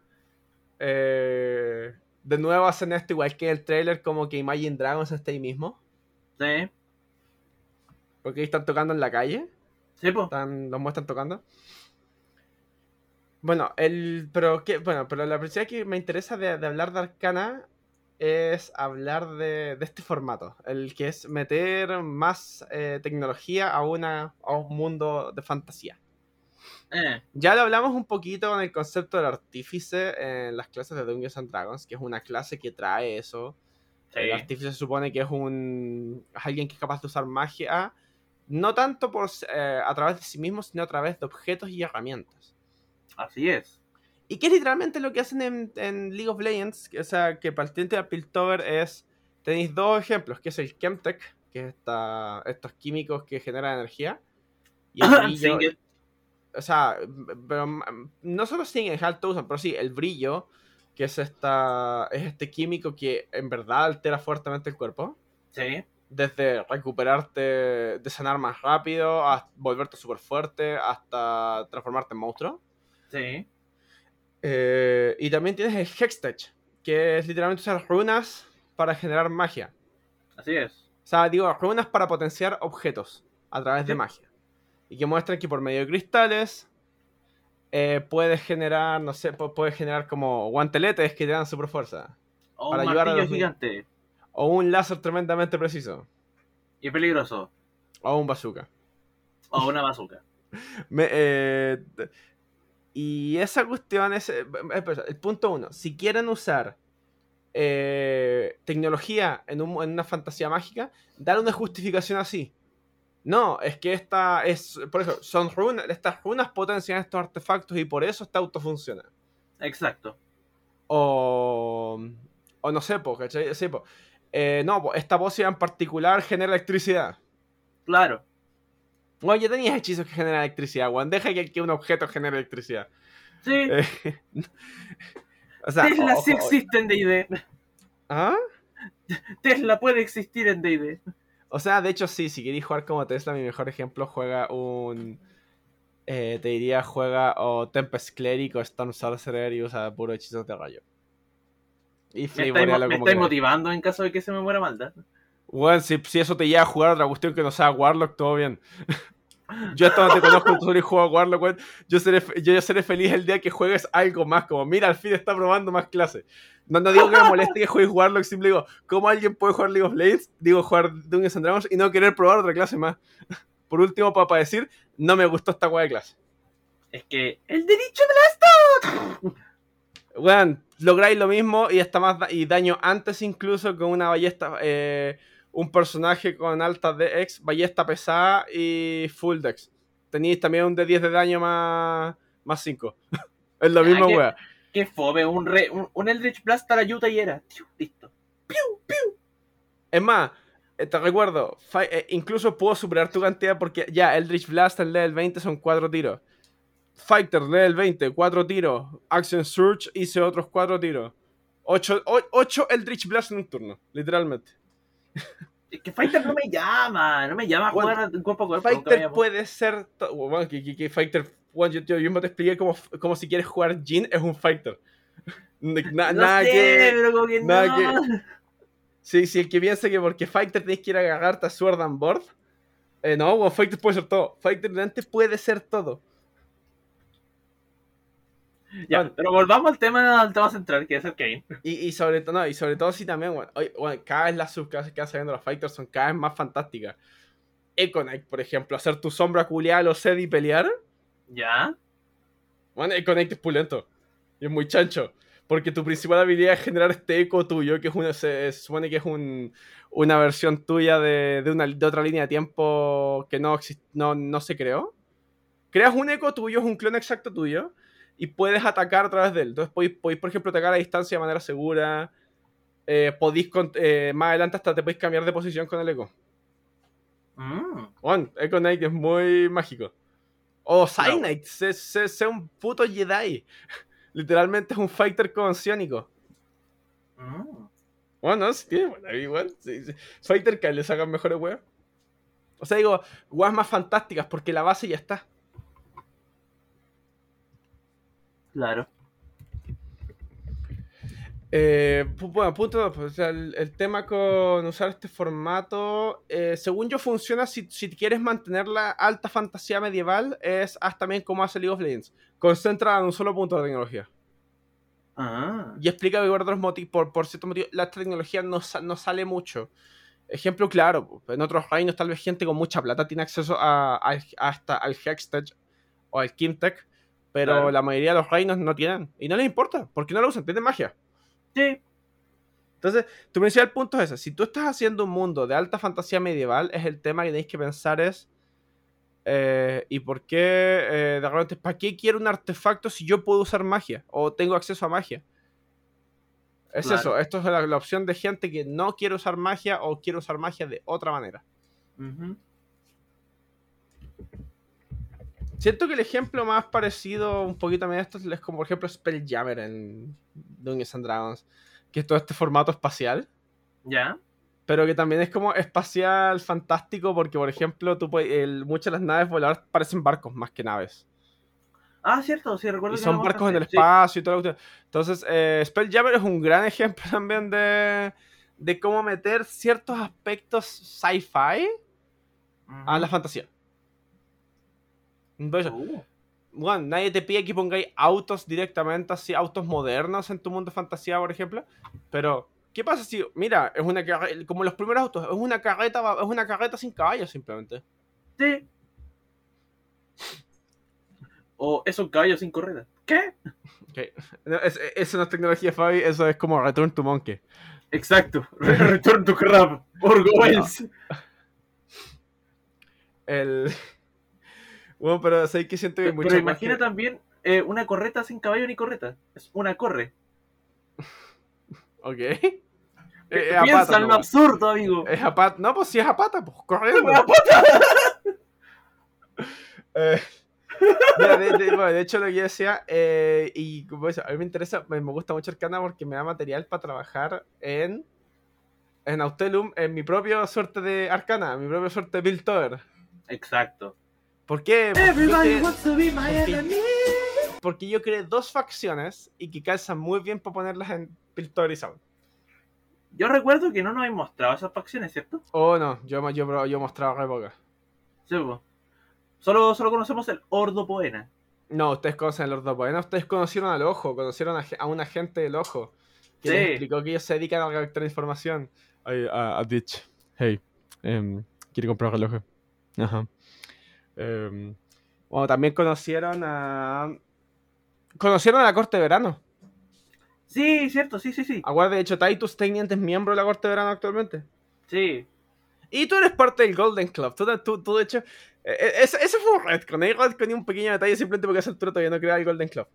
De nuevo hacen esto igual que en el trailer, como que Imagine Dragons está ahí mismo. Sí. Porque ahí están tocando en la calle. Sí, po. Los muestran tocando. Bueno, pero la principal que me interesa de hablar de Arcana es hablar de este formato. El que es meter más tecnología a un mundo de fantasía. Ya lo hablamos un poquito con el concepto del artífice en las clases de Dungeons and Dragons, que es una clase que trae eso. Sí. El artífice se supone que es alguien que es capaz de usar magia, no tanto a través de sí mismo, sino a través de objetos y herramientas. Así es. Y que es literalmente lo que hacen en League of Legends, o sea, que para el cliente de Piltover tenéis dos ejemplos, que es el Chemtech, que es estos químicos que generan energía, y el brillo. Singed. O sea, pero no solo Singed es alto usan, pero sí, el brillo, que es este químico que en verdad altera fuertemente el cuerpo. Sí. Desde recuperarte, de sanar más rápido, a volverte súper fuerte, hasta transformarte en monstruo. Sí. Y también tienes el Hextech, que es literalmente usar runas para generar magia. Así es. O sea, digo, runas para potenciar objetos a través de Sí. magia. Y que muestran que por medio de cristales puedes generar, no sé, puedes generar como guanteletes que te dan super fuerza. O Para un ayudar a martillo los gigante. O un láser tremendamente preciso. Y peligroso. O un bazooka. O una bazooka. Y esa cuestión es... el punto 1. Si quieren usar tecnología en una fantasía mágica, dar una justificación así. No, es que por eso, son runas, estas runas potencian estos artefactos y por eso esta auto funciona. Exacto. O no sé, ¿cachai? Sí, no, esta pócima en particular genera electricidad. Claro. Bueno, ya tenías hechizos que generan electricidad, Juan. Deja que un objeto genere electricidad. Sí. O sea, Tesla sí existe en D&D. ¿Ah? Tesla puede existir en D&D. O sea, de hecho, sí, si queréis jugar como Tesla, mi mejor ejemplo juega te diría o Tempest Cleric o Storm Sorcerer y usa puro hechizos de rayo. Y Me flavorealo como estáis queráis. motivando en caso de que se me muera Malda. Bueno, si eso te lleva a jugar otra cuestión que no sea Warlock, todo bien. Yo hasta no te conozco, tú solo juegas Warlock, weón. Yo ya seré feliz el día que juegues algo más, como mira, al fin está probando más clases. No digo que me moleste que juegues Warlock, simple digo, ¿cómo alguien puede jugar League of Legends? Digo, jugar Dungeons and Dragons y no querer probar otra clase más. Por último, para decir, no me gustó esta weá de clase. Es que el derecho de la weón, lográis lo mismo y hasta más y daño antes incluso con una ballesta, un personaje con alta DX, ballesta pesada y full dex. Tenéis también un D10 de daño más 5. Es lo mismo, qué, weón. qué fome, un Eldritch Blast a la Yuta y era. Tiu, listo. Piu, piu. Es más, te recuerdo, incluso puedo superar tu cantidad porque ya Eldritch Blast en level 20 son 4 tiros. Fighter level 20, 4 tiros. Action Surge hice otros 4 tiros. 8 Eldritch Blast en un turno, literalmente. Es que Fighter no me llama a Bueno, jugar cuerpo a cuerpo. Fighter puede ser. Bueno, que Fighter. Bueno, yo mismo te expliqué como si quieres jugar Jin es un Fighter. Nada sé, que. pero como que Nada no. que. Sí, el que piensa que porque Fighter tienes que ir a agarrarte a Sword and Board. No, bueno, Fighter puede ser todo. Fighter delante puede ser todo. Ya, Bueno, pero volvamos al tema central, que es el Kane. y sobre todo, no, y sobre todo sí también, bueno, cada vez las subclases que van saliendo los Fighters son cada vez más fantásticas. Econite, por ejemplo, hacer tu sombra culiada, lo sé, y pelear. Ya. Bueno, Econite es pulento. Y es muy chancho. Porque tu principal habilidad es generar este eco tuyo, que se supone que es una versión tuya de otra línea de tiempo que no se creó. Creas un eco tuyo, es un clon exacto tuyo, y puedes atacar a través de él. Entonces podéis, por ejemplo, atacar a distancia de manera segura. Más adelante hasta te podéis cambiar de posición con el eco. Bueno, Econite es muy mágico. O Cyanide, sea un puto Jedi. Literalmente es un fighter con ciónico. Bueno, sí, tiene buena igual. Sí. Fighter que le sacan mejores weas. O sea, digo, weas más fantásticas porque la base ya está. Claro. Bueno, punto 2. O sea, el tema con usar este formato, según yo, funciona si quieres mantener la alta fantasía medieval, es hasta también como hace League of Legends. Concentra en un solo punto de tecnología. Y explica que por ciertos motivos la tecnología no sale mucho. Ejemplo claro, en otros reinos tal vez gente con mucha plata tiene acceso hasta al Hextech o al Kimtech, pero Claro. la mayoría de los reinos no tienen. Y no les importa, porque no lo usan, tienen magia. Sí. Entonces, tu principal punto es ese. Si tú estás haciendo un mundo de alta fantasía medieval, es el tema que tenéis que pensar es ¿y por qué de repente, para qué quiero un artefacto si yo puedo usar magia? O tengo acceso a magia. Es Claro. eso, esto es la opción de gente que no quiere usar magia o quiere usar magia de otra manera. Siento que el ejemplo más parecido un poquito a esto es como por ejemplo Spelljammer en Dungeons and Dragons, que es todo este formato espacial, Ya. pero que también es como espacial fantástico porque por ejemplo muchas de las naves voladoras parecen barcos más que naves. Cierto, sí, recuerdo Y que son lo barcos en el mostraste, espacio y todo lo que... Entonces, Spelljammer es un gran ejemplo también de cómo meter ciertos aspectos sci-fi a la fantasía. Entonces, bueno, nadie te pide que pongáis autos directamente, así, autos modernos en tu mundo de fantasía, por ejemplo. Pero, ¿qué pasa si, mira, es una carreta, como los primeros autos, es una carreta sin caballos simplemente? Sí. O es un caballo sin corrida. ¿Qué? Okay. No, eso no es tecnología, Fabi, eso es como Return to Monkey. Exacto. Return to Crab. Orgo Wells. Bueno, pero sé que siento que hay mucho Pero más imagina también una correta sin caballo ni correta. Es una corre. Ok. Piensa en lo absurdo, amigo. Es a pata. No, pues si es a pata, pues corriendo. Mira, de hecho lo que yo decía, y como eso, a mí me interesa, me gusta mucho Arcana porque me da material para trabajar en Autelum, en mi propia suerte de Arcana, mi propia suerte de Piltover. Exacto. ¿Por qué? Everybody wants to be my enemy. Porque yo creé 2 facciones y que calzan muy bien para ponerlas en Piltover y Sound. Yo recuerdo que no nos habéis mostrado esas facciones, ¿cierto? Oh, no, yo mostraba re poca. Sí, pues. Solo conocemos el Ordo Poena. No, ustedes conocen el Ordopoena, ustedes conocieron al Ojo, conocieron a un agente del Ojo que les explicó que ellos se dedican a recolectar información. A Ditch, hey, quiere comprar reloj. Ajá. Bueno, también conocieron a la Corte de Verano. Sí, cierto, sí, sí, sí. Aguarda, de hecho, Titus Teniente es miembro de la Corte de Verano actualmente. Sí. Y tú eres parte del Golden Club. Tú de hecho, ese fue un retcon. Ahí retcon y un pequeño detalle simplemente porque a esa altura todavía no crea el Golden Club.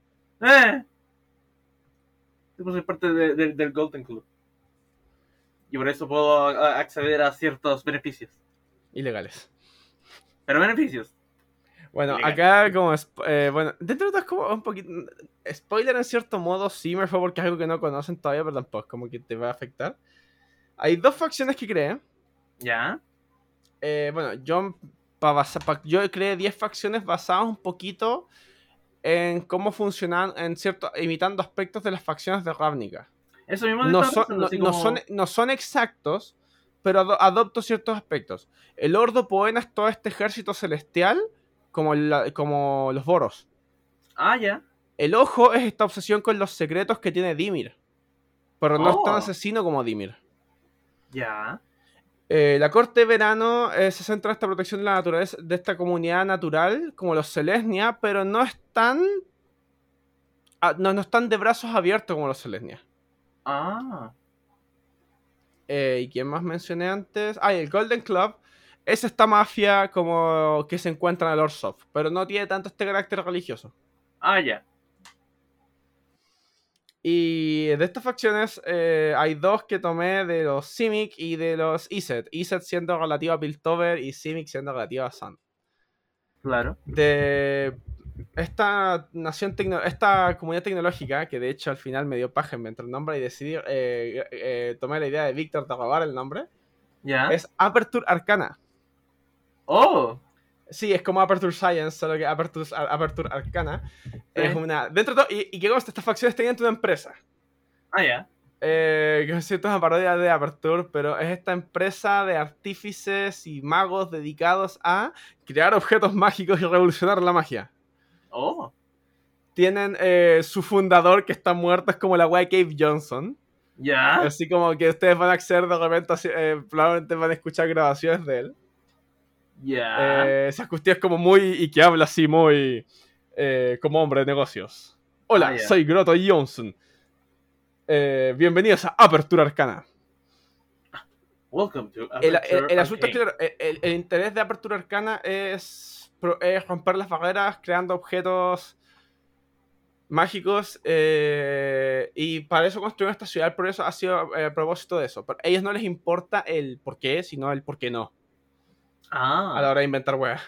Yo soy parte del Golden Club. Y por eso puedo acceder a ciertos beneficios. Ilegales. Pero beneficios. Bueno, Ilegal. acá como... bueno, dentro de todo es como un poquito... Spoiler en cierto modo, sí me fue porque es algo que no conocen todavía, pero tampoco es como que te va a afectar. Hay dos facciones que creé. ¿Ya? Bueno, yo creé 10 facciones basadas un poquito en cómo funcionan, imitando aspectos de las facciones de Ravnica. Eso mismo te No estaba son, pensando, así no como... no son exactos, pero adopto ciertos aspectos. El Ordo Poena es todo este ejército celestial, como los Boros. Ah, ya. El Ojo es esta obsesión con los secretos que tiene Dimir, pero no es tan Oh, asesino como Dimir. ya. La Corte de Verano se centra en esta protección de la naturaleza, de esta comunidad natural, como los Selesnya, pero no están, no están de brazos abiertos como los Selesnya. Ah. ¿Y quién más mencioné antes? Ah, y el Golden Club es esta mafia como que se encuentra en el Orsov, pero no tiene tanto este carácter religioso. Ah, ya. Y de estas facciones hay dos que tomé de los Simic y de los Iset. Iset siendo relativa a Piltover y Simic siendo relativa a Sun. Claro. De esta esta comunidad tecnológica, que de hecho al final me dio paja inventar el nombre y decidí tomar la idea de Víctor de robar el nombre, ¿Ya? es Aperture Arcana. Oh. Sí, es como Aperture Science, solo que Aperture Arcana Sí. es una... Dentro de todo, y que consta, estas facciones tenían una empresa. Ah, ya. Que es cierto, es una parodia de Aperture, pero es esta empresa de artífices y magos dedicados a crear objetos mágicos y revolucionar la magia. Oh. Tienen su fundador que está muerto, es como la wea Cave Johnson. ¿Ya? Así como que ustedes van a acceder de repente, probablemente van a escuchar grabaciones de él. ¿Ya? Esas cuestiones como muy... y que habla así muy... como hombre de negocios. Hola, Ah, ya. soy Grotto Johnson. Bienvenidos a Apertura Arcana. Welcome to El Aperture asunto es que Arcane. claro, el interés de Apertura Arcana es romper las barreras creando objetos mágicos y para eso construyeron esta ciudad. Por eso ha sido a propósito de eso. Pero a ellos no les importa el por qué, sino el por qué no a la Ah. hora de inventar weas.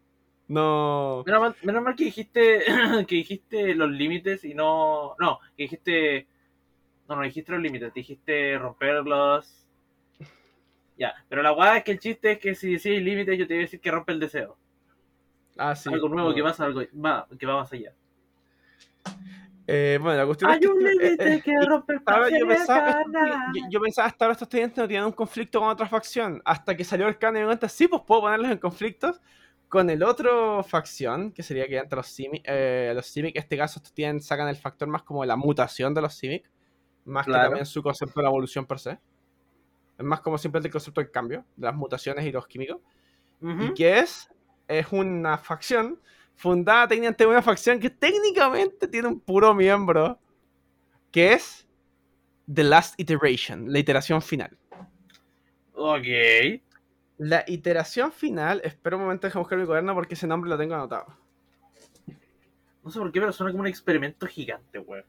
No... Menos mal que dijiste que dijiste los límites y no. No, que dijiste. No dijiste los límites, dijiste romperlos. Ya, pero la weá es que el chiste es que si decís límites, yo te voy a decir que rompe el deseo. Ah, sí. Algo nuevo Bueno. que pasa, que va más allá. Bueno, la cuestión es Hay que un límite que rompe el ahora placer yo pensaba hasta ahora estos estudiantes no tenían un conflicto con otra facción. Hasta que salió el canon y me cuenta, sí, pues puedo ponerlos en conflictos con el otro facción, que sería que entre los Simic, en este caso estos sacan el factor más como de la mutación de los Simic, más que Claro. también su concepto de la evolución per se. Es más como simplemente el concepto del cambio, de las mutaciones y los químicos. Ujú. Y que es una facción fundada técnicamente una facción que técnicamente tiene un puro miembro, que es The Last Iteration, la iteración final. Ok. La iteración final, espera un momento, déjame buscar mi cuaderno porque ese nombre lo tengo anotado. No sé por qué, pero suena como un experimento gigante, weón.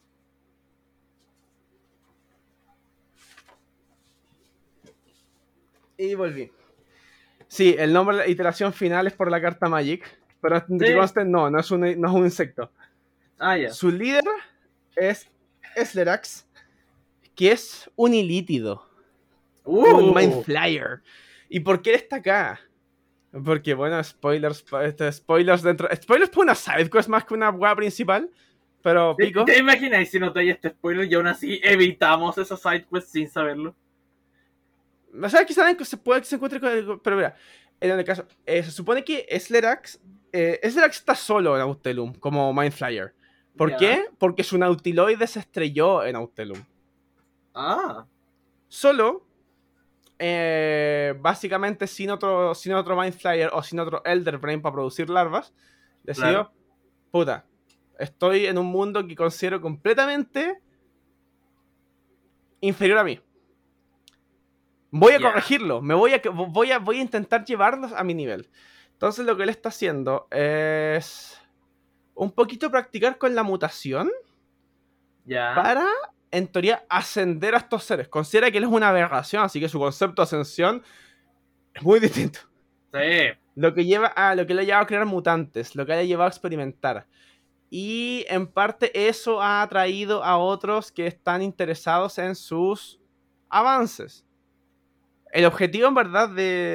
Y volví. Sí, el nombre de la iteración final es por la carta Magic, pero que conste, no es un insecto. Ah, ya. Su líder es Slerax, que es un ilítido. Un Mind Flyer. ¿Y por qué él está acá? Porque, bueno, spoilers dentro. Spoilers por una sidequest más que una web principal. Pero pico. ¿Te imaginas si no te hay este spoiler y aún así evitamos esa sidequest sin saberlo? O sea, quizás puede que se encuentre con el. Pero mira, en el caso. Se supone que Slerax está solo en Autelum, como Mind Flyer. ¿Por Ya. qué? Porque su Nautiloide se estrelló en Autelum. Ah. Solo. Básicamente sin otro Mind Flyer o sin otro Elder Brain para producir larvas, decidió, Claro. puta, estoy en un mundo que considero completamente inferior a mí. Voy a Ya. corregirlo, voy a intentar llevarlos a mi nivel. Entonces lo que él está haciendo es un poquito practicar con la mutación Ya. para, en teoría, ascender a estos seres. Considera que él es una aberración, así que su concepto de ascensión es muy distinto. Sí. Lo que le ha llevado a crear mutantes, lo que le ha llevado a experimentar. Y en parte eso ha atraído a otros que están interesados en sus avances. El objetivo, en verdad,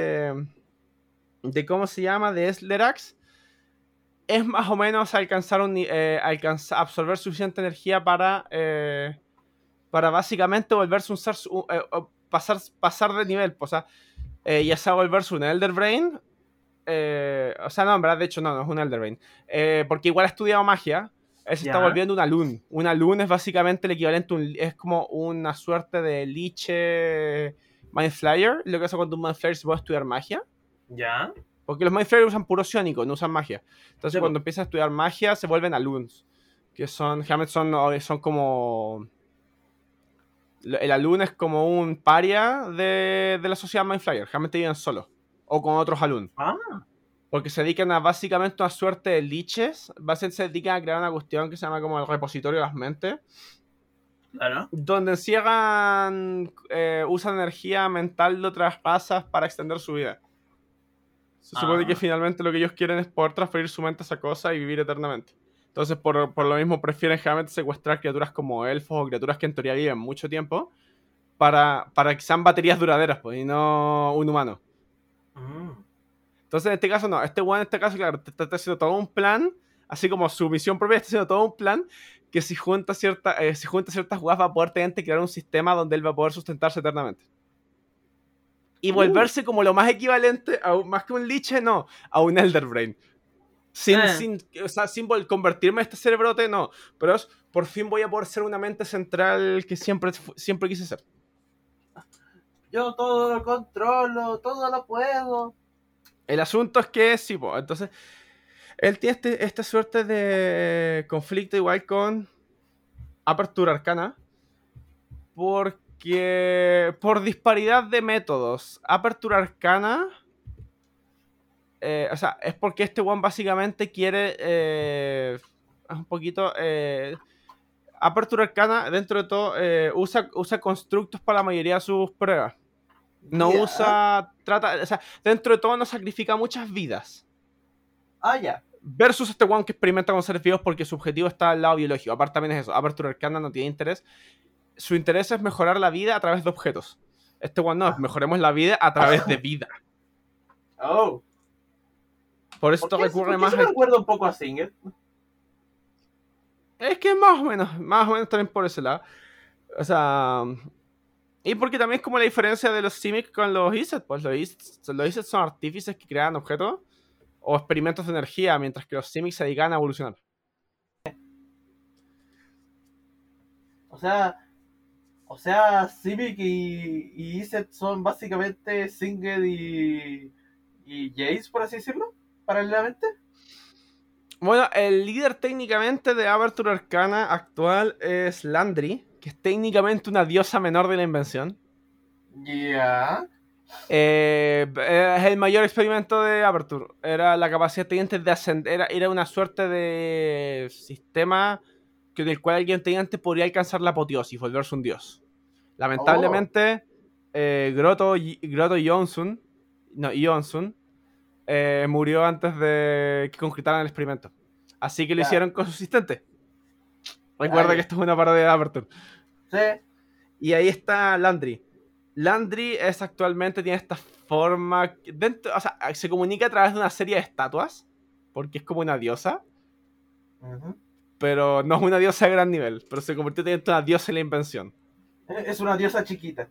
de ¿cómo se llama? De Slerax es más o menos absorber suficiente energía para básicamente volverse un ser, pasar de nivel. O sea, ya sea volverse un Elder Brain. O sea, no, en verdad, de hecho, no es un Elder Brain. Porque igual ha estudiado magia. Él se está Ya. volviendo una Loon. Una Loon es básicamente el equivalente es como una suerte de liche Mind Flyer. Lo que hace cuando un Mind Flyer se puede estudiar magia. Ya. Porque los Mind Flayers usan puro psiónico, no usan magia. Entonces, Sí, cuando po. empiezan a estudiar magia, se vuelven Aloons. Que generalmente son como. El Aloon es como un paria de la sociedad Mind Flayer. Generalmente viven solos. O con otros Aloon. Ah, Porque se dedican a básicamente una suerte de liches. Básicamente se dedican a crear una cuestión que se llama como el repositorio de las mentes. claro. Donde encierran. Usan energía mental de otras razas para extender su vida. Se supone que Ah. finalmente lo que ellos quieren es poder transferir su mente a esa cosa y vivir eternamente. Entonces, por lo mismo, prefieren generalmente secuestrar criaturas como elfos o criaturas que en teoría viven mucho tiempo para que sean baterías duraderas, pues, y no un humano. Mm. Entonces, en este caso, no. Este weón, en este caso, claro, está haciendo todo un plan, así como su misión propia, está haciendo todo un plan que si junta ciertas weas va a poder técnicamente crear un sistema donde él va a poder sustentarse eternamente. Y volverse como lo más equivalente, más que un liche, no, a un Elder Brain. Sin convertirme en este cerebrote, no. Pero por fin voy a poder ser una mente central que siempre quise ser. Yo todo lo controlo, todo lo puedo. El asunto es que sí, pues, entonces él tiene esta suerte de conflicto igual con Apertura Arcana. Porque por disparidad de métodos, Apertura Arcana... o sea, es porque este one básicamente quiere un poquito... Apertura Arcana, dentro de todo, usa constructos para la mayoría de sus pruebas. No Ya. o sea, dentro de todo no sacrifica muchas vidas. Ah, ya. Versus este one que experimenta con seres vivos porque su objetivo está al lado biológico. Aparte también es eso, Apertura Arcana no tiene interés. Su interés es mejorar la vida a través de objetos. Este one no, mejoremos la vida a través de vida. Oh. Por eso recurre más se me recuerda un poco a Singer? Es que más o menos también por ese lado. O sea... Y porque también es como la diferencia de los Simic con los Iset. Pues los Iset son artífices que crean objetos o experimentos de energía, mientras que los Simic se dedican a evolucionar. O sea, Civic y Iset son básicamente Singer y Jace, por así decirlo, paralelamente. Bueno, el líder técnicamente de Aperture Arcana actual es Landry, que es técnicamente una diosa menor de la invención. Ya. Es el mayor experimento de Aperture. Era la capacidad teniente de ascender. Era una suerte de sistema en el cual alguien teniente podría alcanzar la apoteosis, volverse un dios. Lamentablemente, Grotto Johnson murió antes de que concretaran el experimento. Así que lo Ya. hicieron con su asistente. Recuerda Ya. que esto es una parodia de Aperture. Sí. Y ahí está Landry. Landry tiene esta forma. O sea, se comunica a través de una serie de estatuas. Porque es como una diosa. Ujú. Pero no es una diosa de gran nivel. Pero se convirtió en una diosa en la invención. Es una diosa chiquita.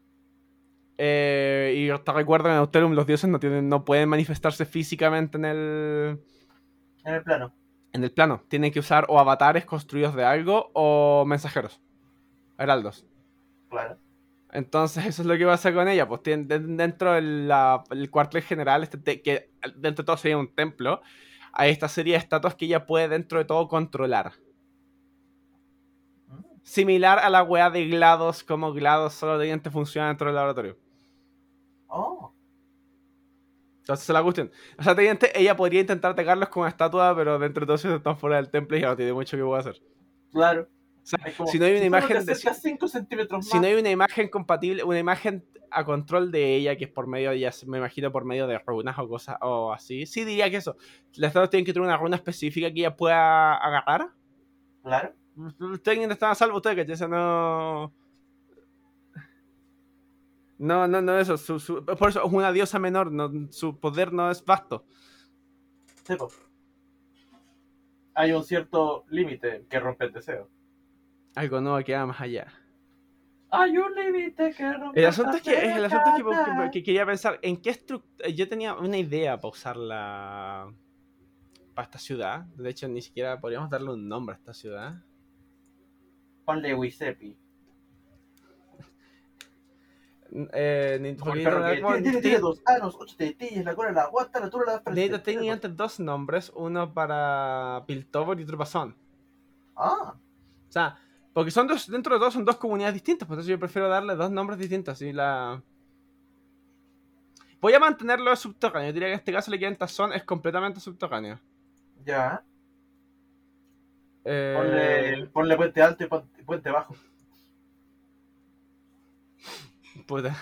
Y te recuerdo que en Austellum los dioses no pueden manifestarse físicamente En el plano. en el plano. Tienen que usar o avatares construidos de algo o mensajeros. Heraldos. Claro. Entonces eso es lo que pasa con ella. Pues dentro del cuartel general, que dentro de todo sería un templo, hay esta serie de estatuas que ella puede dentro de todo controlar. Similar a la weá de GLaDOS, como GLaDOS solo técnicamente funciona dentro del laboratorio. Oh, Entonces la cuestión. O sea, técnicamente ella podría intentar atacarlos con una estatua, pero dentro de todo eso están fuera del templo y ya no tiene mucho que pueda hacer. claro. O sea, Es como, si no hay una solo imagen te de. acercas 5 centímetros Si más. no hay una imagen compatible, una imagen a control de ella, que es por medio, ya me imagino por medio de runas o cosas o así, sí diría que eso. Las estatuas tienen que tener una runa específica que ella pueda agarrar. Claro. Ustedes están a salvo, ustedes, ¿cachai? O sea, no. No, eso. Por eso es una diosa menor, su poder no es vasto. Sí, po. Hay un cierto límite que rompe el deseo. Algo nuevo que va más allá. Hay un límite que rompe El asunto es que, deseo. que quería pensar en qué estructura. Yo tenía una idea para usarla para esta ciudad. De hecho, ni siquiera podríamos darle un nombre a esta ciudad. Ponle Wisepi. Como el Porque perro que tiene tiene 2 años, 8 tetillas, la cola, la guata, la altura, la frente. necesito técnicamente dos nombres, uno para Piltover y otro para Son. Ah, O sea, porque son dos, dentro de todo son dos comunidades distintas, por eso yo prefiero darle dos nombres distintos. Voy a mantenerlo subterráneo. Yo diría que en este caso el equivalente a Son es completamente subterráneo. ya. Ponle puente alto y puente bajo. Puta.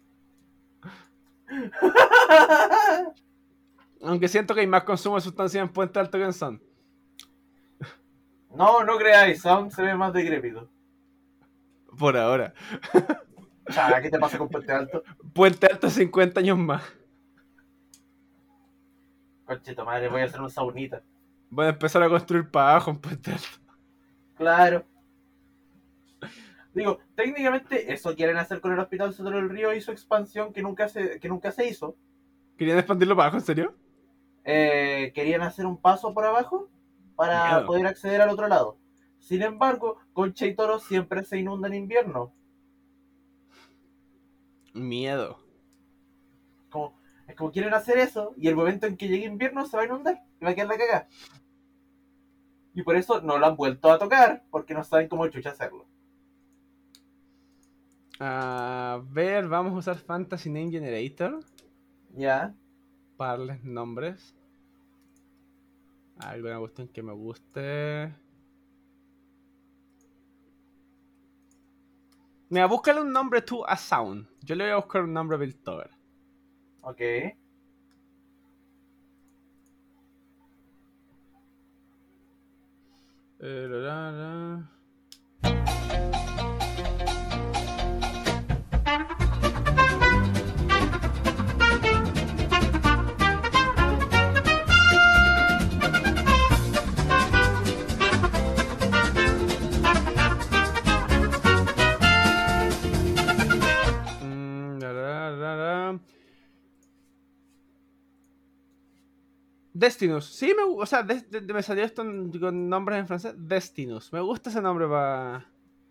Aunque siento que hay más consumo de sustancias en Puente Alto que en Son. No creáis, Sound se ve más decrépito. Por ahora. Chara, ¿qué te pasa con puente alto? Puente Alto 50 años más. Conchito madre, voy a hacer una saunita. Voy a empezar a construir para abajo en Puente Alto. Claro. Digo, técnicamente eso quieren hacer con el Hospital Sotero del Río y su expansión que nunca se hizo. ¿Querían expandirlo para abajo, en serio? Querían hacer un paso por abajo para Miedo. poder acceder al otro lado. Sin embargo, Concha y Toro siempre se inunda en invierno. Miedo. Es como quieren hacer eso y el momento en que llegue invierno se va a inundar y va a quedar la cagada. Y por eso no lo han vuelto a tocar porque no saben cómo chucha hacerlo. A ver, vamos a usar Fantasy Name Generator Ya. para darles nombres. Alguna cuestión que me guste. Mira, búscale un nombre tú a Sound. Yo le voy a buscar un nombre a Piltover. Ok. Destinus. Sí, o sea, me salió esto con nombres en francés. Destinus. Me gusta ese nombre para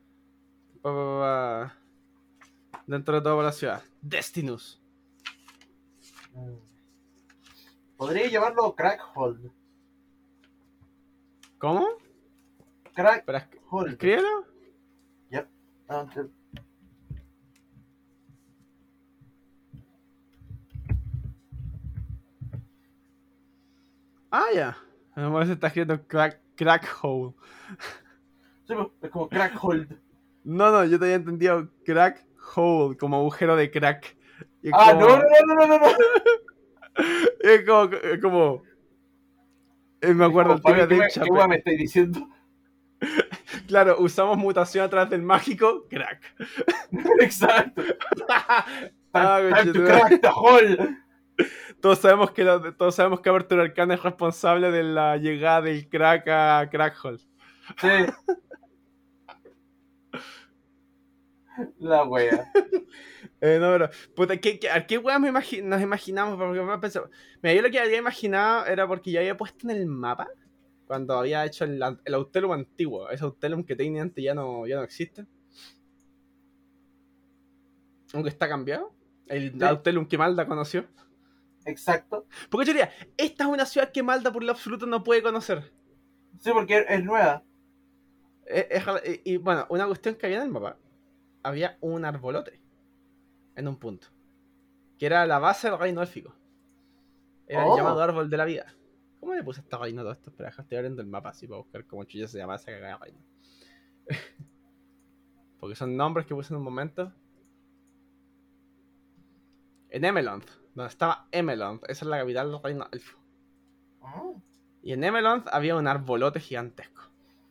dentro de toda la ciudad. Destinus. Podría llamarlo Crackhold. ¿Cómo? Crackhold. Espera, escríbelo. Yep. Ah, ya. A lo mejor se está escribiendo Crackhole. Sí, pues, es como Crackhold. No, yo te había entendido Crackhole, como agujero de crack. Y es Ah, como- no. Es como me acuerdo el Como, tío de ¿qué Dave me Chappelle. estáis diciendo? Claro, usamos mutación atrás del mágico, crack. Exacto. Ah, Time to conchetumare. crack the hole. Todos sabemos que Apertura Arcana es responsable de la llegada del crack a Crackhole. Sí. La wea. No, pero, puta, ¿a qué weas nos imaginamos? Porque me pensaba- Mira, yo lo que había imaginado era porque yo había puesto en el mapa, cuando había hecho el Autelum antiguo, ese Autelum que técnicamente ya no existe. Aunque está cambiado. El Sí. Autelum que Malda conoció. Exacto. Porque yo diría, esta es una ciudad que Malda por lo absoluto no puede conocer. Sí, porque es nueva. Y bueno, una cuestión que había en el mapa. Había un arbolote. En un punto. Que era la base del reino élfico. Era el llamado árbol de la vida. ¿Cómo le puse a este reino todo esto? Espera, estoy abriendo el mapa así para buscar cómo chulla se llama esa cagada de reino. Porque son nombres que puse en un momento. En Emelonth, donde estaba Emelonth. Esa es la capital del reino elfo. Y en Emelonth había un arbolote gigantesco.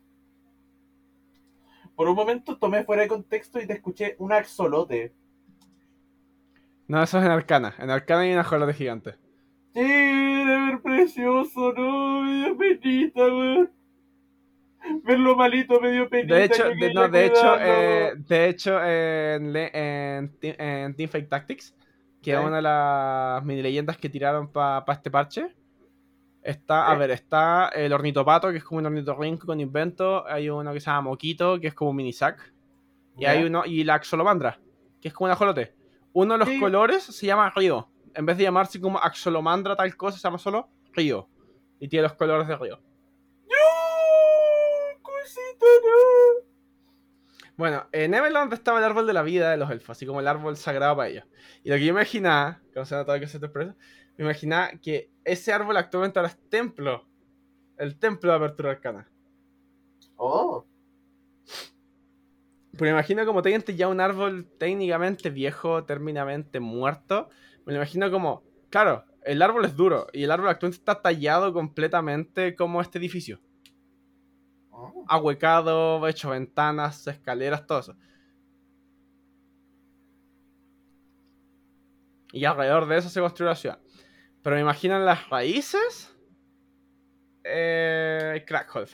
Por un momento tomé fuera de contexto y te escuché un axolote. No, eso es en Arcana. En Arcana hay un ajolote gigante. Sí, debe ver precioso, no, me dio penita, weón. Verlo malito me dio penita. De hecho, yo quería cuidarlo. en Teamfight Tactics, que ¿Sí? es una de las mini leyendas que tiraron para este parche, está, ¿Sí? a ver, está el ornitopato, que es como un ornitorrinco con invento. Hay uno que se llama Moquito, que es como un mini sac. Y ¿Ya? hay uno, y la Axolomandra, que es como un ajolote. Uno de los Sí. colores se llama Río. En vez de llamarse como Axolomandra tal cosa, se llama solo Río. Y tiene los colores de Río. ¡No! ¡Cosita, no! Bueno, en Neverland estaba el árbol de la vida de los elfos, así como el árbol sagrado para ellos. Y lo que yo imaginaba, que no se notaba que se te expresa, me imaginaba que ese árbol actualmente ahora es templo. El templo de apertura arcana. Oh, Pero me imagino como técnicamente ya un árbol técnicamente viejo, terminamente muerto. Me lo imagino como, claro, el árbol es duro y el árbol actualmente está tallado completamente como este edificio. oh. Ahuecado, hecho ventanas, escaleras, todo eso. Y alrededor de eso se construyó la ciudad. Pero me imagino en las raíces. Crackhold.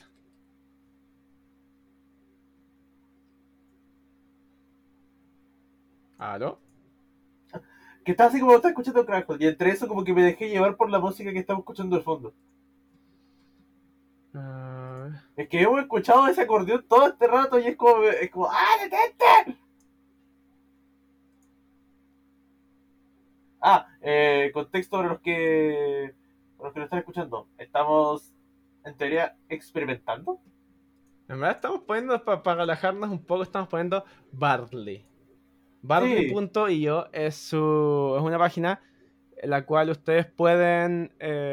¿Aló? Que está así como está escuchando Crackle. Y entre eso como que me dejé llevar por la música que estaba escuchando de fondo. Es que hemos escuchado ese acordeón todo este rato y es como ¡ah, detente! Contexto para los que lo están escuchando. Estamos, en teoría, experimentando. En verdad estamos poniendo, para relajarnos un poco, estamos poniendo Bardly. Bardly.io es una página en la cual ustedes pueden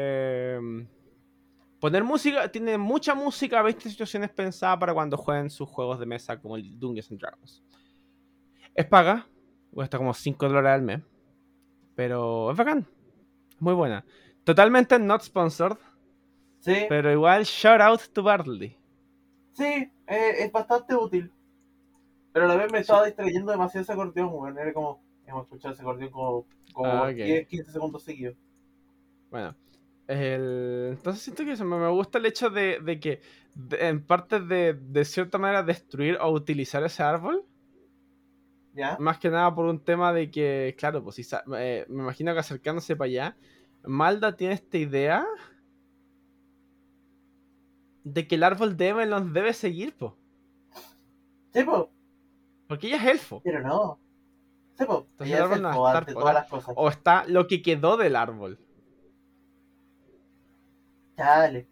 poner música. Tiene mucha música, 20 situaciones pensadas para cuando jueguen sus juegos de mesa como el Dungeons and Dragons. Es paga, cuesta como $5 al mes, pero es bacán, es muy buena. Totalmente not sponsored, Sí, pero igual shout out to Bardly. sí, es bastante útil. Pero a la vez me estaba distrayendo demasiado ese acordeón, weón. Era como, hemos escuchado ese acordeón como Ok. 10, 15 segundos seguidos. Bueno, entonces siento que eso, me gusta el hecho de que en parte de cierta manera destruir o utilizar ese árbol, ¿Ya? más que nada por un tema de que, claro, pues me imagino que acercándose para allá, Malda tiene esta idea de que el árbol de Emelon debe seguir, po, Sí, po, porque ella es elfo. pero no. Sí, po, Entonces ella el es árbol no va elfo a estar ante por todas ahí. las cosas. O está lo que quedó del árbol. Chale.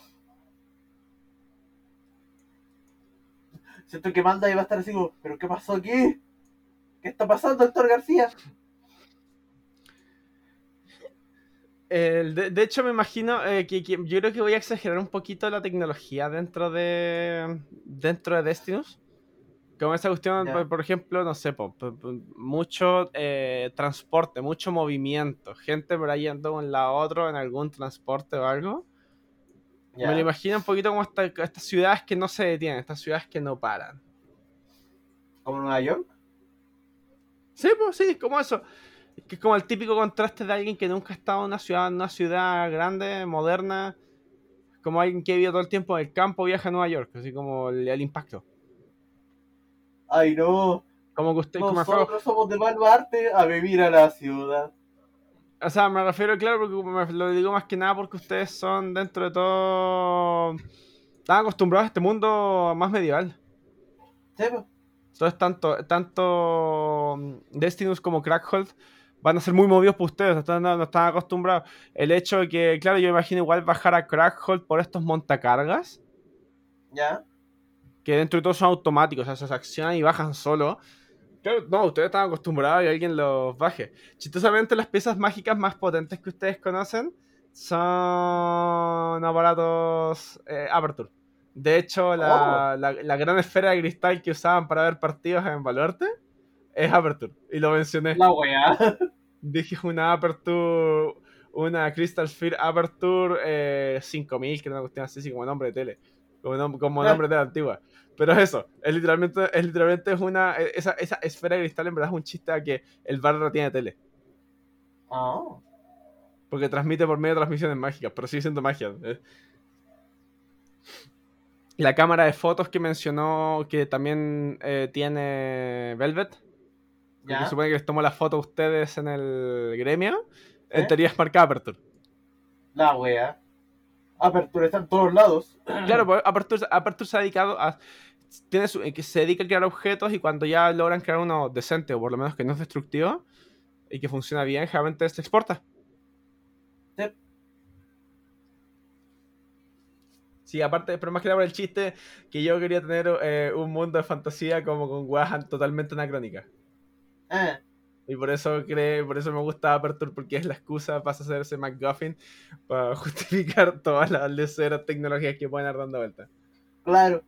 Siento que Manda iba a estar así como, ¿pero qué pasó aquí? ¿Qué está pasando, Héctor García? De hecho, me imagino que yo creo que voy a exagerar un poquito la tecnología dentro de Destinus. Como esa cuestión, Ya. por ejemplo, no sé, mucho transporte, mucho movimiento, gente por ahí yendo de un lado a otro en algún transporte o algo. Ya. Me lo imagino un poquito como estas ciudades que no se detienen, estas ciudades que no paran. ¿Como Nueva York? Sí, pues sí, como eso. Que es como el típico contraste de alguien que nunca ha estado en una ciudad grande, moderna, como alguien que vive todo el tiempo en el campo, viaja a Nueva York, así como el impacto. Ay, no. Como que usted, como me refiero, Nosotros somos de Malvarte a vivir a la ciudad. o sea, me refiero, claro, porque lo digo más que nada porque ustedes son, dentro de todo, están acostumbrados a este mundo más medieval. Sí, po. Entonces, tanto Destinus como Crackhold van a ser muy movidos por ustedes, no están acostumbrados. El hecho de que, claro, yo me imagino igual bajar a Crackhold por estos montacargas, Ya. que dentro de todo son automáticos, o sea, se accionan y bajan solo. Claro, no, ustedes están acostumbrados a que alguien los baje. Chistosamente, las piezas mágicas más potentes que ustedes conocen son aparatos Aperture. De hecho, la gran esfera de cristal que usaban para ver partidos en Baluarte es Aperture. Y lo mencioné. La weá. Dije una Aperture, una Crystal Sphere Aperture 5000, que era una cuestión así como nombre de tele. Como nombre de tele antigua. Pero eso, es literalmente una. Esa esfera de cristal en verdad es un chiste a que el bar no tiene tele. Ah. Porque transmite por medio de transmisiones mágicas, pero sigue siendo magia. La cámara de fotos que mencionó que también tiene Velvet. Que Ya. supone que les tomó la foto a ustedes en el gremio. En teoría es marcada Aperture. La wea. Apertura está en todos lados. Claro, pues Aperture se ha dedicado a. Que se dedica a crear objetos y cuando ya logran crear uno decente o por lo menos que no es destructivo y que funciona bien, generalmente se exporta. Sí. Sí, aparte, pero más que nada por el chiste que yo quería tener un mundo de fantasía como con weas totalmente anacrónicas. Y por eso me gusta Aperture, porque es la excusa para hacer ese MacGuffin para justificar todas las leceras tecnologías que pueden dar dando vueltas. Claro.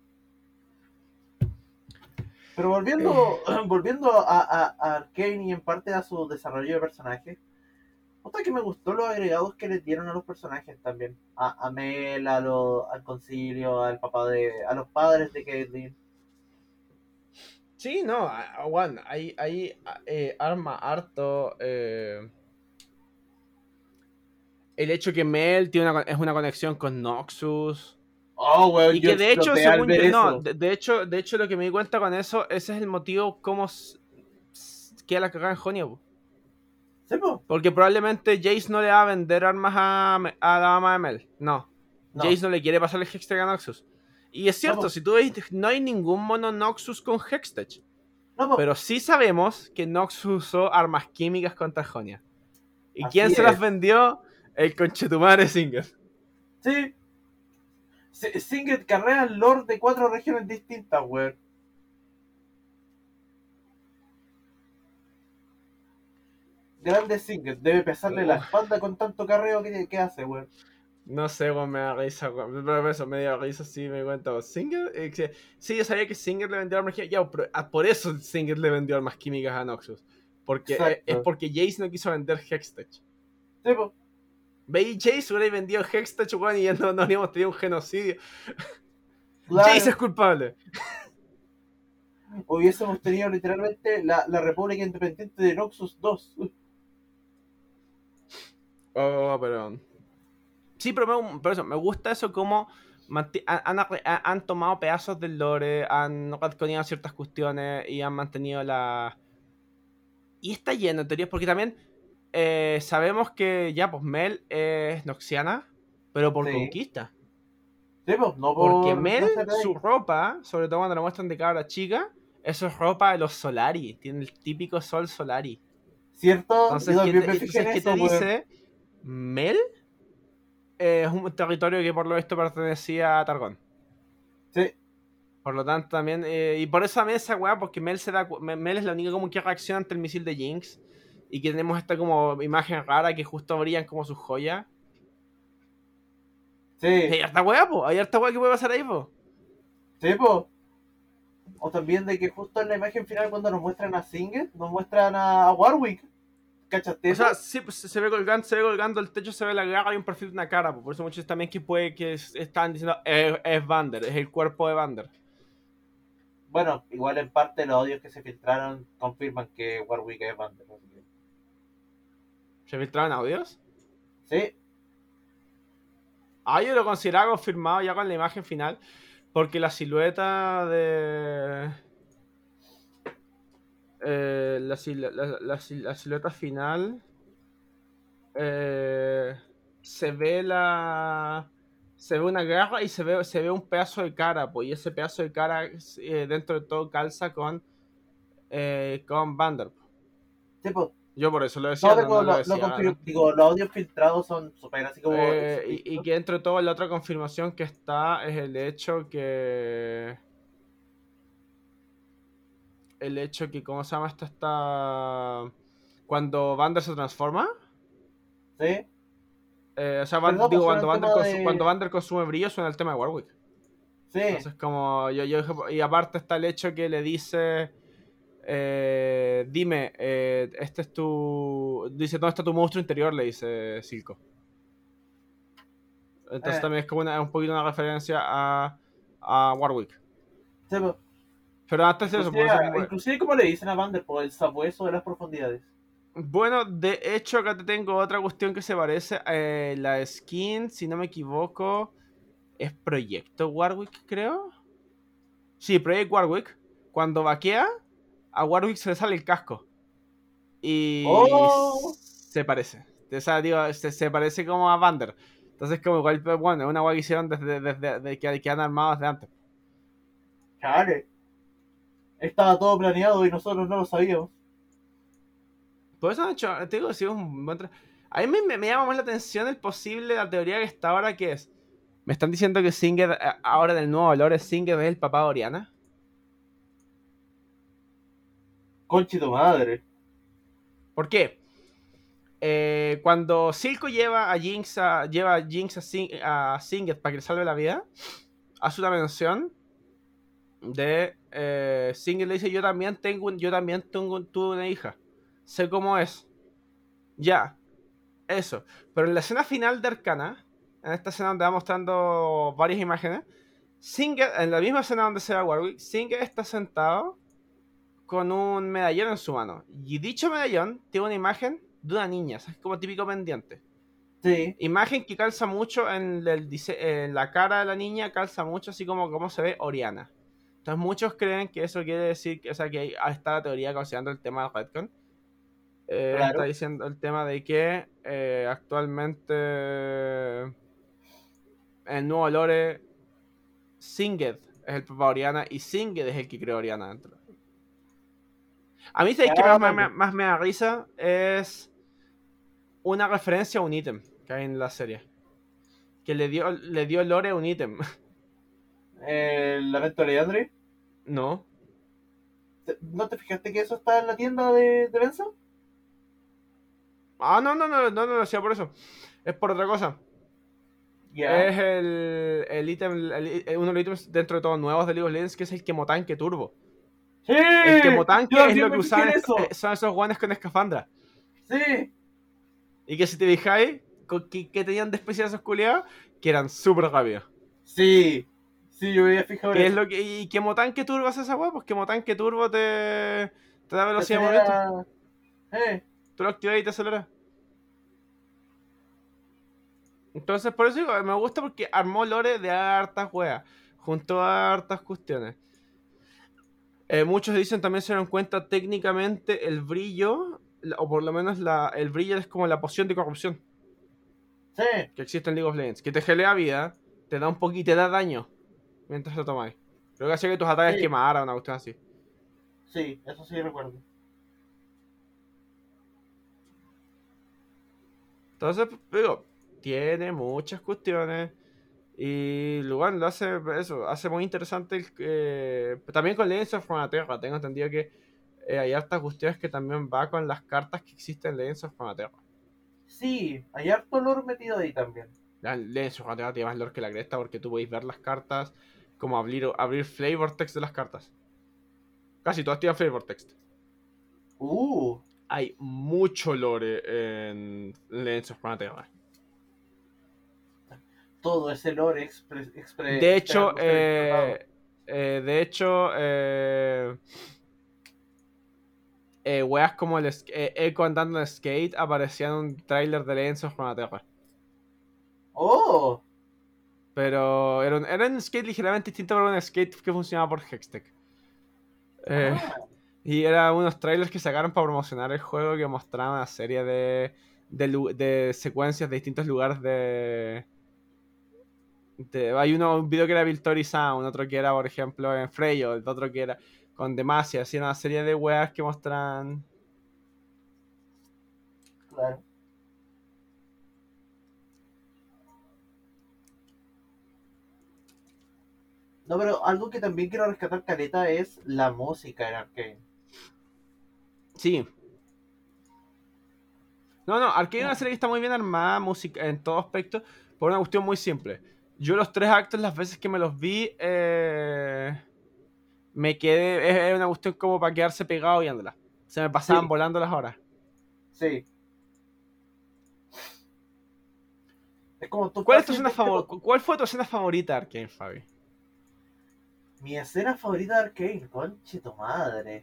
Pero volviendo a Arcane y en parte a su desarrollo de personajes, otra que me gustó los agregados que le dieron a los personajes también. A Mel, al concilio, a los padres de Caitlyn. Sí, no, Juan, ahí arma harto el hecho que Mel es una conexión con Noxus. Oh, weón, Y yo que de hecho, exploté al según ver yo, no, eso. de hecho lo que me di cuenta con eso, ese es el motivo cómo queda la cagada en Jonia, po. ¿Sí, po? Porque probablemente Jace no le va a vender armas a la mamá de Mel. No. No. Jace no le quiere pasar el Hextech a Noxus. Y es cierto, po. si tú ves, no hay ningún mono Noxus con Hextech. No, po. Pero sí sabemos que Noxus usó armas químicas contra Jonia. ¿Y Así quién se las es. vendió? El conchetumare Singer. Sí. Singed carrea al Lord de 4 regiones distintas, weón. Grande Singed, debe pesarle la espalda con tanto carreo que hace, weón. No sé, weón, me da risa, weón. Pero eso, me dio risa, sí, me cuenta. Weón. Singer, sí, yo sabía que Singer le vendió armas químicas. Ya, pero por eso Singer le vendió armas químicas a Noxus. Porque Exacto. es porque Jace no quiso vender Hextech. Sí, po. Veis, Jace hubiera vendido Hextech, weón, y ya no habríamos tenido un genocidio. Claro. Jace es culpable. Hubiésemos tenido literalmente la República Independiente de Noxus 2. Oh, pero. Sí, pero eso, me gusta eso como han tomado pedazos del lore, han retconido ciertas cuestiones y han mantenido la. Y está lleno de teorías, porque también sabemos que ya, pues Mel es noxiana, pero por Sí. conquista. Sí, po, no Porque por Mel, nacer de ahí. su ropa, sobre todo cuando la muestran de cabra chica, eso es ropa de los Solari, tiene el típico sol Solari. ¿Cierto? Entonces, Yo ¿qué también te, me fijé en entonces, ¿qué eso, te weón. dice? Mel es un territorio que por lo visto pertenecía a Targón. Sí, Por lo tanto, también. Y por eso también esa weá, porque Mel es la única como que reacciona ante el misil de Jinx. Y que tenemos esta como imagen rara que justo brillan como sus joyas. sí, Hay harta weá, po. Hay harta weá que puede pasar ahí, po. sí, po. O también de que justo en la imagen final cuando nos muestran a Singed, nos muestran a Warwick. ¿Cachaste O eso? sea, sí, pues, se ve colgando el techo, se ve la garra y un perfil de una cara, po. Por eso muchos también que puede que están diciendo es Vander, es el cuerpo de Vander. Bueno, igual en parte los audios que se filtraron confirman que Warwick es Vander. así que- ¿Se filtraron audios? Sí, Ah, yo lo consideraba confirmado ya con la imagen final. Porque la silueta de. La silueta final. Se ve la. Se ve una garra y se ve un pedazo de cara, pues, y ese pedazo de cara dentro de todo calza con Vander. sí, po. Yo por eso lo decía, No, no, digo, no lo lo decía. confirmo, ¿No? digo, los audios filtrados son súper así como Y que dentro de todo la otra confirmación que está es el hecho que el hecho que, ¿cómo se llama esto? Está... Cuando Vander se transforma. ¿Sí? O sea, ¿Verdad? Pues digo, suena el tema cuando de... Vander consume brillo suena el tema de Warwick. Sí, Entonces, como yo dije, y aparte está el hecho que le dice, dime, este es tu, dice, ¿dónde está tu monstruo interior? Le dice Silco. Entonces eh, también es como un poquito una referencia a Warwick. sí, pues. Pero antes de eso, Inclusive, por eso como, inclusive como le dicen a Vander, por el sabueso de las profundidades. bueno, de hecho acá te tengo otra cuestión que se parece, la skin, si no me equivoco, es Proyecto Warwick, creo. Sí, Project Warwick, cuando vaquea, a Warwick se le sale el casco. Y ¡Oh! se parece. O sea, digo, se parece como a Vander. Entonces, como igual, pues, bueno, es una guay que hicieron que han armado desde antes. Chale. Estaba todo planeado y nosotros no lo sabíamos. Por eso han hecho, te digo, sí, es un buen a mí me llama más la atención el posible, la teoría que está ahora, que es. Me están diciendo que Singed, ahora del nuevo Lore, Singed es el papá de Oriana. Conchito madre. ¿Por qué? Cuando Silco lleva a Jinx a Singed para que le salve la vida, hace una mención de Singed le dice, tuve una hija. Sé cómo es. Ya, eso. Pero en la escena final de Arcana, en esta escena donde va mostrando varias imágenes, Singed, en la misma escena donde se ve a Warwick, Singed está sentado con un medallón en su mano. Y dicho medallón tiene una imagen de una niña, es como típico pendiente. Sí. Imagen que calza mucho en la cara de la niña, calza mucho así como se ve Oriana. Entonces muchos creen que eso quiere decir, o sea, que ahí está la teoría considerando el tema del retcon. Está Claro. diciendo el tema de que actualmente el nuevo lore Singed es el papá de Oriana y Singed es el que creó Oriana dentro. A mí, ¿sabéis que Chale. más me da risa? Es una referencia a un ítem que hay en la serie. Que le dio lore a un ítem. El lamento de Leandri. No. ¿No te fijaste que eso está en la tienda de Benzo? Ah, no lo hacía por eso. Es por otra cosa. Ya. Es el ítem, uno de los ítems dentro de todos nuevos de League of Legends, que es el Kemotanque Turbo. ¡Sí! El Yo Kemotanque es también lo que me fijé usaban en eso. son esos guanes con escafandra. ¡Sí! Y que si te fijáis, que tenían de especial esos culiados, que eran súper rápidos. Sí. Sí, yo me había fijado en ¿Qué es eso. lo que, y Kemotanque Turbo hace esa weá? Pues Kemotanque Turbo te da Te velocidad de movimiento. acelera. Tú lo activas y te acelera. Entonces, por eso digo, me gusta porque armó lore de hartas weas, junto a hartas cuestiones. Muchos dicen también se dieron cuenta técnicamente el brillo, o por lo menos el brillo es como la poción de corrupción Sí. que existe en League of Legends, que te gelea vida, te da un poquito, te da daño mientras lo tomáis. Creo que hacía que tus ataques Sí. quemaran, una cuestión así. Sí, eso sí recuerdo. Entonces, digo, tiene muchas cuestiones. Y bueno, lo hace eso, hace muy interesante también con Legends of Runeterra. Tengo entendido que hay hartas cuestiones que también va con las cartas que existen en Legends of Runeterra. Sí, hay harto lore metido ahí también. Legends of Runeterra tiene más lore que la cresta porque tú podéis ver las cartas, como abrir flavor text de las cartas. Casi todas tienen flavor text. Uh, Hay mucho lore en Legends of Runeterra. todo ese lore De hecho, explotado. de hecho, weas como Echo andando en skate aparecían en un tráiler de Legends of Runeterra. Oh, Pero era un skate ligeramente distinto, pero un skate que funcionaba por Hextech. Eh, ah, y eran unos trailers que sacaron para promocionar el juego que mostraban una serie de secuencias de distintos lugares hay un video que era Victory Sound, otro que era, por ejemplo, en Freyo, el otro que era con Demacia, así una serie de weas que mostran. claro. No, pero algo que también quiero rescatar, caleta, es la música en Arcane. Sí. No, Arcane es una serie que está muy bien armada, música en todo aspecto, por una cuestión muy simple. Yo los 3 actos, las veces que me los vi, me quedé, es una cuestión como para quedarse pegado viéndola. Se me pasaban Sí. volando las horas. Sí. Es como tú ¿Cuál es tu fácil escena viste ¿Cuál fue tu escena favorita de Arcane, Fabi? mi escena favorita de Arcane, conche tu madre.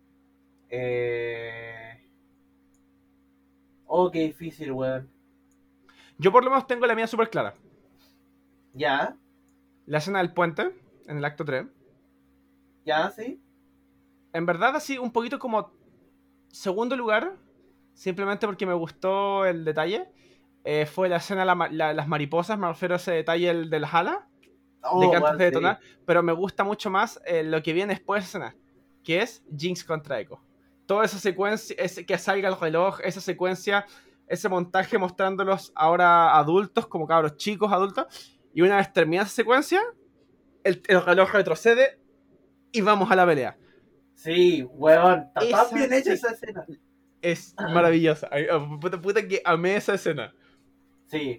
Oh, qué difícil, weón. Yo por lo menos tengo la mía súper clara. Ya, La escena del puente, en el acto 3. ya, sí. En verdad, así un poquito como segundo lugar, simplemente porque me gustó el detalle, fue la escena de las mariposas, me refiero a ese detalle de las alas, de Oh, que antes weón, de sí. detonar, pero me gusta mucho más lo que viene después de esa escena, que es Jinx contra Echo. Toda esa secuencia, que salga el reloj, esa secuencia, ese montaje mostrándolos ahora adultos, como cabros chicos adultos, y una vez terminada esa secuencia, el reloj retrocede y vamos a la pelea. Sí, weón, está tan Esa bien hecha se- esa escena. Es maravillosa. Ay, puta que amé esa escena. Sí.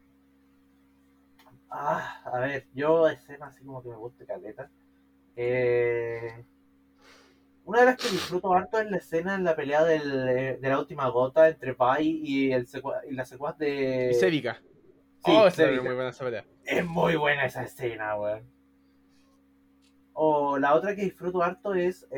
A ver, yo escena así como que me gusta caleta. Una de las que disfruto harto es la escena en la pelea de la última gota entre Pai y, y la secuaz Y de... Sevika. Sí, Oh, esa también es Zevika. muy buena esa pelea. Es muy buena esa escena, weón. O la otra que disfruto harto es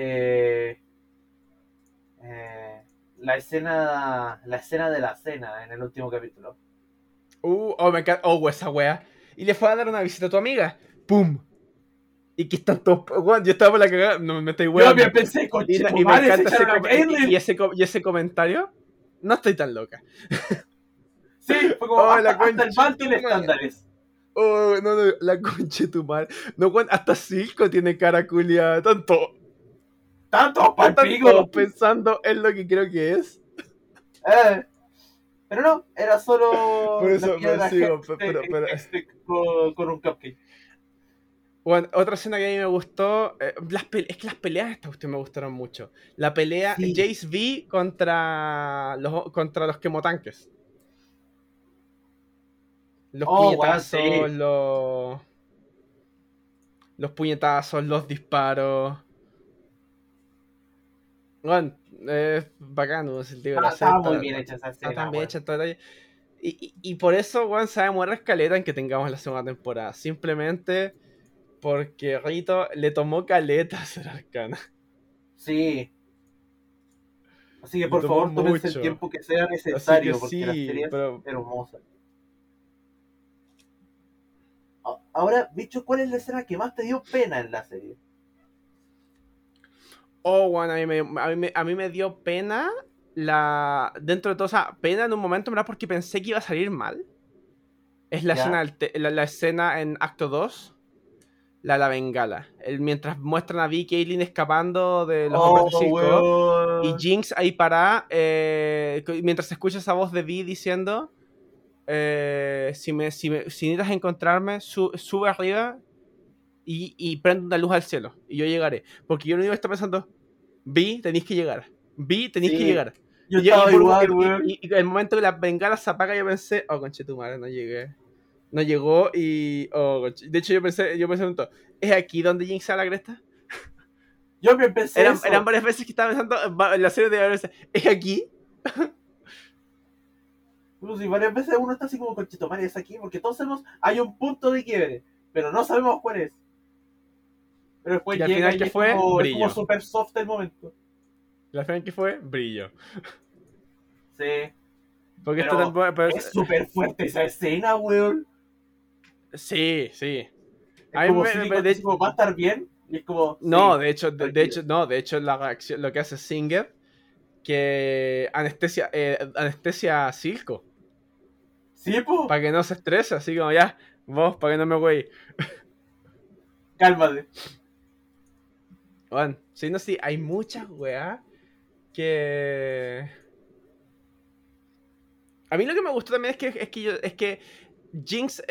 la escena de la cena en el último capítulo. Oh, me encanta. Oh, esa wea. Y le fue a dar una visita a tu amiga. ¡Pum! Y que están todos. Weón, yo estaba por la cagada. No me estoy Yo weando. también pensé, Y, conche, tu y me madre, se encanta echaron a Caitlyn. y ese comentario. No estoy tan loca. Sí, fue como Oh, la hasta el concha mal de tiene tu madre. estándares. Oh, no, la concha de tu madre. No, weón, hasta Silco tiene cara culia. Tanto. Tanto Están palpico. todos pensando en lo que creo que es. Pero no, era solo Por la eso, piedra sí, pero, con un cupcake. Bueno, otra escena que a mí me gustó, es que las peleas de esta cuestión me gustaron mucho. La pelea Sí. Jace V contra los quemotanques. Los Oh, puñetazos, weón, sí. los puñetazos, los disparos. Bueno, es bacano, es el tío de la serie. Estaba muy bien hecha esa Está escena, tan bien weón. hecha en todo detalle. Y por eso, weón, se demora escaleta en que tengamos la segunda temporada. Simplemente porque Rito le tomó caleta a ser arcana. Sí. Así que Le por tomó favor, tómense el mucho. tiempo que sea Así necesario, que porque la sí, serie es pero... hermosa. Ahora, bicho, ¿cuál es la escena que más te dio pena en la serie? Oh, bueno, a mí me dio pena dentro de todo, o sea, pena en un momento, ¿verdad? Porque pensé que iba a salir mal. Es la ¿Ya? escena, la escena en acto 2, la bengala. Mientras muestran a Vi y Caitlyn escapando de los hombres de Silco. Y weón. Jinx ahí parada, mientras se escucha esa voz de Vi diciendo... si necesitas encontrarme, sube arriba y prende una luz al cielo. Y yo llegaré. Porque yo lo único que estoy pensando, tenéis que llegar. Tenéis que Sí, llegar. yo Y, yo- estaba igual, weón. y el momento que la bengala se apaga, yo pensé, oh, conchetumare, no llegué. No llegó y. Oh, de hecho, yo pensé en todo. ¿Es aquí donde Jinx se da la cresta? Yo me pensé eso. Eran varias veces que estaba pensando en la serie de veces. ¿Es aquí? Incluso, y varias veces uno está así como conchetumare, es aquí, porque todos sabemos, hay un punto de quiebre, pero no sabemos cuál es. Pero después Y al llega final, y ¿qué es fue? como, Brillo. súper soft el momento. La final que fue, brillo. Sí. Porque Pero esto tampoco. es súper fuerte esa escena, weón. Sí, sí. Es A mí como me- si me- de- va a estar bien. Y es como. No, sí, tranquilo. de hecho la reacción, lo que hace Singer, que anestesia a Silco, Sí, po. para que no se estrese, así como ya, vos, para que no me voy. Cálmate. Bueno, sí, no, sí, hay muchas weas que... A mí lo que me gustó también es que Jinx,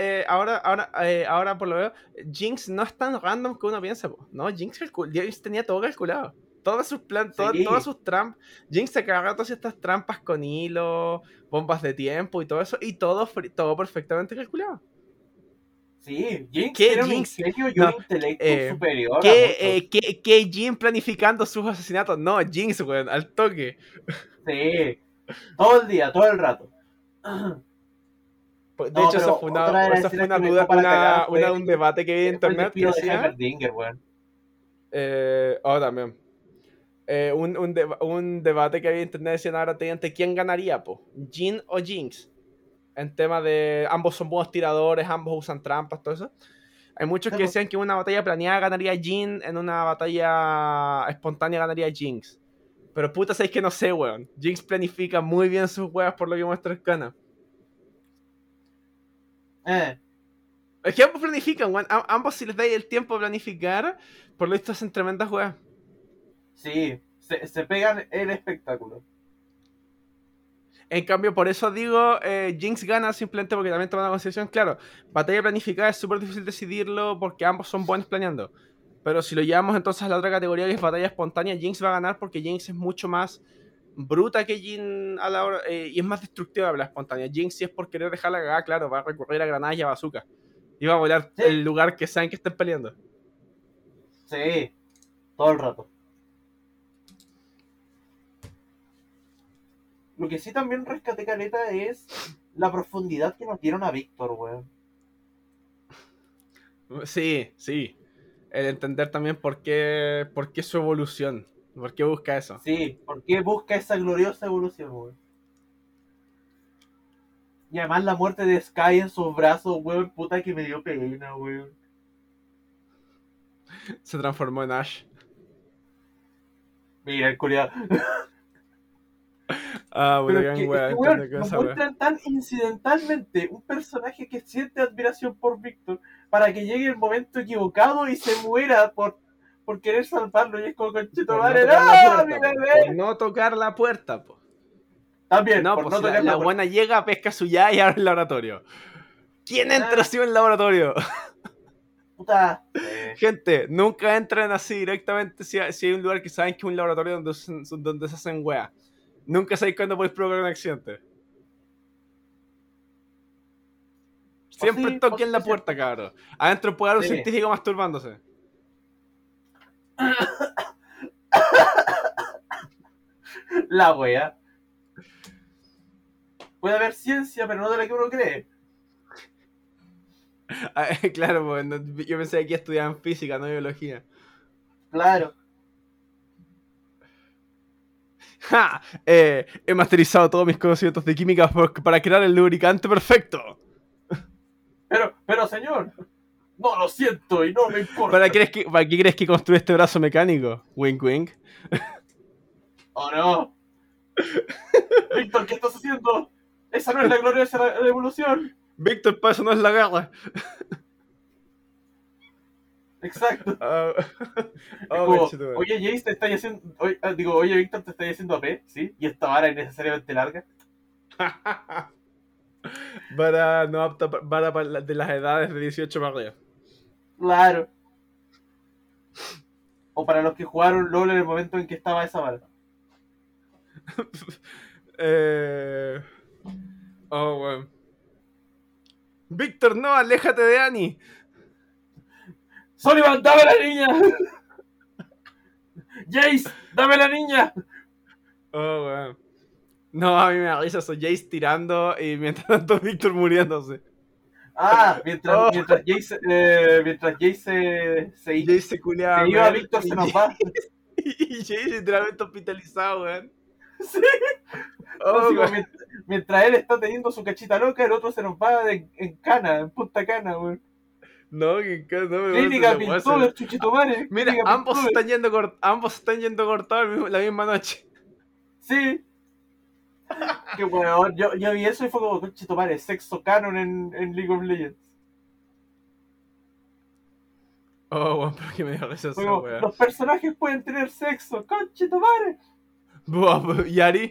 ahora por lo veo, Jinx no es tan random que uno piensa, po, ¿no? Jinx tenía todo calculado. Todas sus plan, Sí. todas sus trampas. Jinx se cagaba todas estas trampas con hilo, bombas de tiempo y todo eso, y todo perfectamente calculado. Sí, Jinx ¿Qué tiene un Jinx? ingenio y No, un intelecto eh, superior a muchos. ¿Qué Jinx planificando sus asesinatos? No, Jinx, weón, al toque. Sí, todo el día, todo el rato. De No, hecho, pero otra de las esa fue escenas una que me duda, dejó para la cagada fue, un debate que vi en fue el internet que despido de decía. Heimerdinger, weón. También. Un debate que había en internet decían ahora entre quién ganaría, po, Jin o Jinx. En tema de ambos son buenos tiradores, ambos usan trampas, todo eso. Hay muchos que decían que en una batalla planeada ganaría Jin, en una batalla espontánea ganaría Jinx. Pero puta, sabéis que no sé, weón. Jinx planifica muy bien sus weas por lo que muestra el canal. Eh, Es que ambos planifican, weón. Ambos, si les dais el tiempo de planificar, por lo visto hacen tremendas weas. sí, se pegan el espectáculo. En cambio, por eso digo, Jinx gana simplemente porque también toma una consideración. Claro, batalla planificada es súper difícil decidirlo porque ambos son buenos planeando. Pero si lo llevamos entonces a la otra categoría que es batalla espontánea, Jinx va a ganar porque Jinx es mucho más bruta que Jin a la hora, y es más destructiva la espontánea. Jinx, si es por querer dejar la cagada, claro, va a recurrir a granadas y a bazooka. Y va a volar Sí. el lugar que saben que estén peleando. Sí, todo el rato. Lo que sí también rescaté caleta es la profundidad que nos dieron a Víctor, weón. Sí, sí. El entender también por qué su evolución. ¿Por qué busca eso? Sí, ¿por qué busca esa gloriosa evolución, weón? Y además la muerte de Sky en sus brazos, weón, puta que me dio pena, weón. Se transformó en Ash. Mira, el culiado. Ah, Pero bueno, es que, weón, weón, entiendo que nos esa weá. muestran tan incidentalmente un personaje que siente admiración por Víctor para que llegue el momento equivocado y se muera por querer salvarlo. Y es como conchito Por no madre, tocar la ¡ah, mi puerta, po. bebé! Por no tocar la puerta, po. También, No, por pues no si tocar la la puerta. buena llega, pesca su ya y abre el laboratorio. ¿Quién entra Ah. así en el laboratorio? Puta. Gente, nunca entren así directamente si hay un lugar que saben que es un laboratorio donde se hacen weas. Nunca sabéis cuándo podéis provocar un accidente. Siempre sí, toquen la es puerta, cierto. cabrón. Adentro puede haber un Sí. científico masturbándose. La wea. Puede haber ciencia, pero no de la que uno cree. Ah, claro, pues, yo pensé que aquí estudiaban física, no biología. Claro. ¡Ja! He masterizado todos mis conocimientos de química para crear el lubricante perfecto. Pero señor, no lo siento y no me importa. ¿Para qué crees que construí este brazo mecánico? Wink, wink. Oh no. Víctor, ¿qué estás haciendo? Esa no es la gloriosa revolución. Víctor, para eso no es la guerra. Exacto. Ah, oh, Como, conchetumare. oye, Jace, te estáis haciendo. Oye, Víctor, te estáis haciendo AP, ¿sí? Y esta vara es necesariamente larga. Para no apta para de las edades de 18 para arriba. Claro. O para los que jugaron LOL en el momento en que estaba esa vara. Oh, bueno. Víctor, no, aléjate de Annie. ¡Sullivan, dame la niña! ¡Jace, dame la niña! Oh, bueno. No, a mí me da risa eso, Jace tirando y mientras tanto Víctor muriéndose. Ah, mientras Oh. Jace se Jace se culeaba. iba, man, Víctor y se nos va. Y Jace literalmente hospitalizado, weón. Sí. Oh, Así como weón. mientras él está teniendo su cachita loca, el otro se nos va en cana, en punta cana, güey. No, que no me Clínica gusta esa weá, Piltover, chuchitomare. Mira, Clínica ambos Piltover. están yendo cortados la misma noche. Sí. Qué weón, yo vi eso y fue como, chuchitomare, sexo canon en League of Legends. Oh, weón, pero que me dio risa Fue esa como, weá. los personajes pueden tener sexo, conchetomare. Buah, ¿y Ari?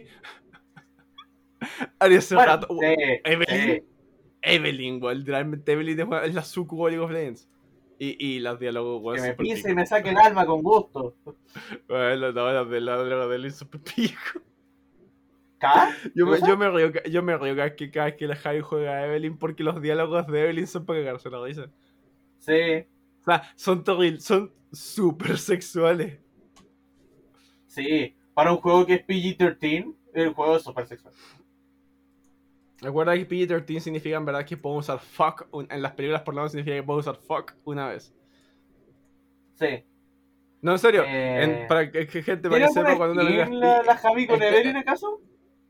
Ari hace Bueno, rato. Evelyn, weón, literalmente Evelyn es la sucubo de League of Legends. Y los diálogos, weón, Que me súper pise y picos. me saque el alma con gusto. Bueno, no, los diálogos de Evelyn súper picos. ¿Ca? Yo me río cada vez que la Javi juega a Evelyn porque los diálogos de Evelyn son para cagarse la risa. Sí, O sea, son terribles, son súper sexuales. sí. Para un juego que es PG-13, el juego es súper sexual. Recuerda que PG-13 significa en verdad que puedo usar fuck. En las películas por lo menos significa que puedo usar fuck una vez. Sí. No, en serio. Eh, Para que gente ¿Tiene para que sepa alguna cuando uno ve skin la Javi con Evelyn acaso?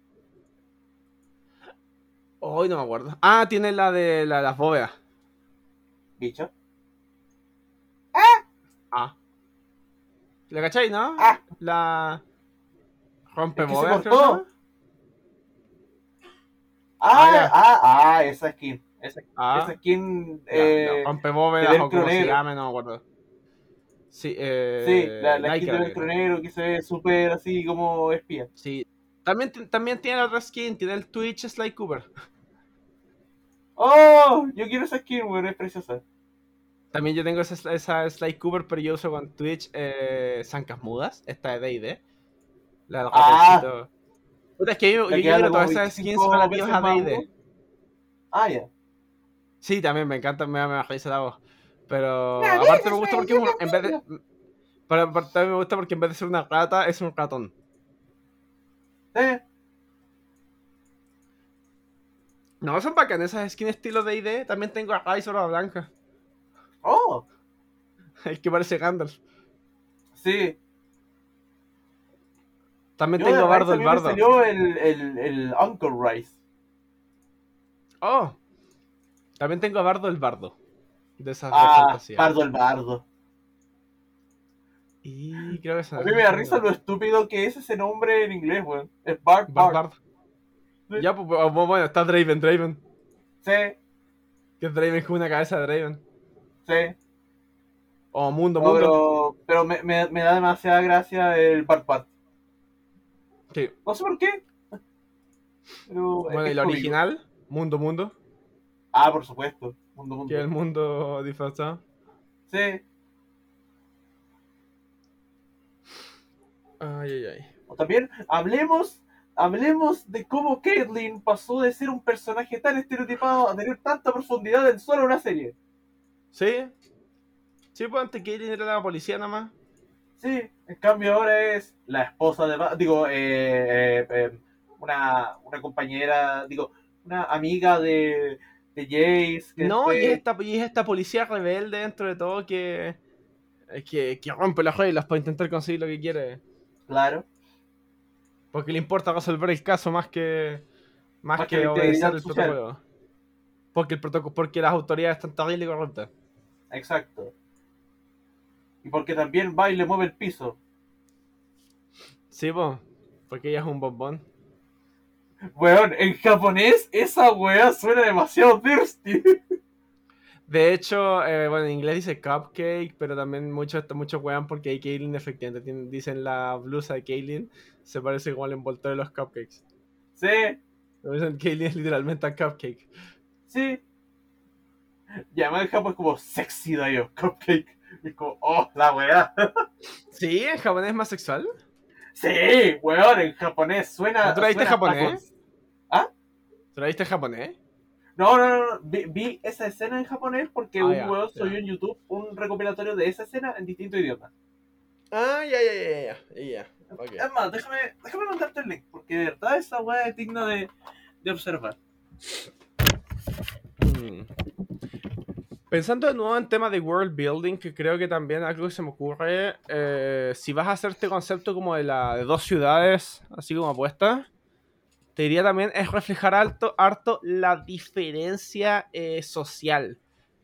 Hoy no me acuerdo. Ah, tiene la de las bóvedas. Bicho. Ah. ¿La cachai, no? Ah, La rompe es que se bóvedas, creo que se cortó. llama. Ah, ya. esa skin. Esa Ah, skin la rompe bóvedas del o como se cronero. llame, no me acuerdo. Sí, Sí, la skin Lycra, del creo. cronero que se ve súper así como espía. Sí. También tiene la otra skin, tiene el Twitch Sly Cooper. ¡Oh! Yo quiero esa skin, weón, es preciosa. También yo tengo esa Sly Cooper, pero yo uso con Twitch Zancas Mudas, esta de D&D. La del Ah, ratoncito. Puta, es que yo la que quiero anda todas como esas skins 25 relativas veces a más D&D. agudo. Ah, ya. Sí, también me encanta, me da risa la voz. Pero Ya, aparte me dices, gusta porque yo en vez de... confío. Pero aparte también me gusta porque en vez de ser una rata, es un ratón. Sí. No, son bacanas esas skins estilo D&D. También tengo a Rai Barba Blanca. Oh, El que parece Gandalf. sí. También Yo de tengo a Rice Bardo a el mí me Bardo. salió el Uncle Rice. Oh, también tengo a Bardo el Bardo. De esas de Ah, fantasía. Bardo el Bardo. Y creo que A mí me da risa lo estúpido que es ese nombre en inglés, weón. Es Bart Bard Bart. Bard. Ya, pues bueno, está Draven. Sí, Que es Draven con una cabeza de Draven. sí. O Mundo. No, pero me da demasiada gracia el Bart Bart. Sí. No sé por qué. Pero Bueno, y es la cómico. original, Mundo. Ah, por supuesto. Mundo. Que es el mundo disfrazado. Sí. Ay. O también hablemos de cómo Caitlyn pasó de ser un personaje tan estereotipado a tener tanta profundidad en solo una serie. ¿Sí? Sí, pues antes que era la policía nada más. Sí, en cambio ahora es la esposa de... una compañera, una amiga de Jace, que No, después... y es esta policía rebelde dentro de todo que rompe las reglas para intentar conseguir lo que quiere. Claro, Porque le importa resolver el caso más que más que la obedecer integridad el social. protocolo. Porque las autoridades están terribles y corruptas. Exacto. Y porque también va y le mueve el piso. Sí, pues. Porque ella es un bombón. Weón, en japonés esa wea suena demasiado thirsty. De hecho, bueno, en inglés dice cupcake, pero también muchos wean porque hay Kaylin efectivamente. Dicen la blusa de Kaylin se parece como al envoltorio de los cupcakes. Sí, Pero dicen Kaylin es literalmente a cupcake. sí. Y además en Japón es como sexy dayo, cupcake. Y es como, oh, la wea. ¿Sí? ¿En japonés es más sexual? Sí, weón, en japonés suena. ¿Tú la viste en suena japonés? ¿Ah? ¿Tú la viste en japonés? No. Vi esa escena en japonés porque un Ya, weón ya. subió en YouTube un recopilatorio de esa escena en distintos idiomas. Ah, ya. Ok. Es más, déjame mandarte el link, porque de verdad esa weá es digna de observar. Pensando de nuevo en tema de world building, que creo que también algo que se me ocurre, si vas a hacer este concepto como de dos ciudades, así como apuestas, te diría también es reflejar harto la diferencia social.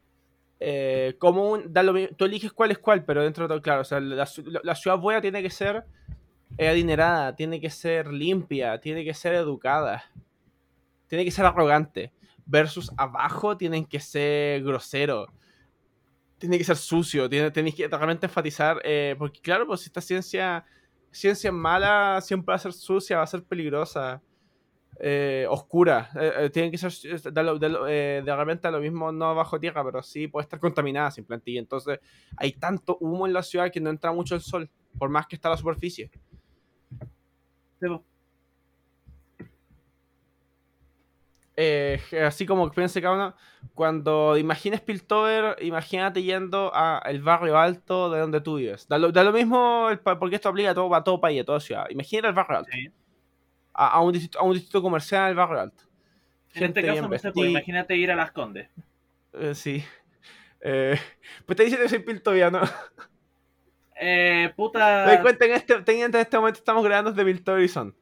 Tú eliges cuál es cuál, pero dentro de todo, claro, o sea, la ciudad buena tiene que ser adinerada, tiene que ser limpia, tiene que ser educada, tiene que ser arrogante. Versus abajo tienen que ser groseros, tiene que ser sucio, tenéis que realmente enfatizar, porque claro, pues si esta ciencia es mala, siempre va a ser sucia, va a ser peligrosa. oscura. Tienen que ser de repente lo mismo no bajo tierra, pero sí puede estar contaminada simplemente. Y entonces hay tanto humo en la ciudad que no entra mucho el sol, por más que está la superficie. Sí, po. Así como que piense cada uno, cuando imagines Piltover, imagínate yendo a el barrio alto de donde tú vives. Da lo mismo, porque esto aplica a todo país, a toda ciudad. Imagina el barrio alto, Sí. a un distrito comercial del barrio alto. En este Gente caso, bien no sé, pues vestida, imagínate ir a Las Condes. sí. Pues te dicen que soy piltoviano. ¿Te das Puta, cuenta? En este momento estamos grabando desde Piltover y Son.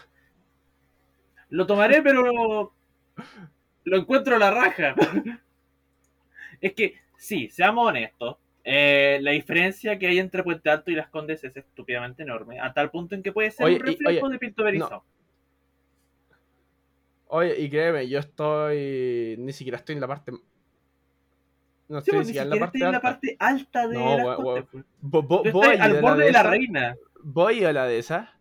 lo tomaré, pero lo encuentro a la raja. Es que, sí, seamos honestos. La diferencia que hay entre Puente Alto y Las Condes es estúpidamente enorme, a tal punto en que puede ser un reflejo de Piltoverizado. no. Oye, y créeme, yo estoy. Ni siquiera estoy en la parte. No Sí, estoy ni pues ni siquiera en la siquiera parte estoy en la alta. parte alta de No, Las weón, Condes. weón. Pues. ¿Vos Yo vos estoy has al ido a borde de la esa? reina. ¿Vos has ido a la de esa?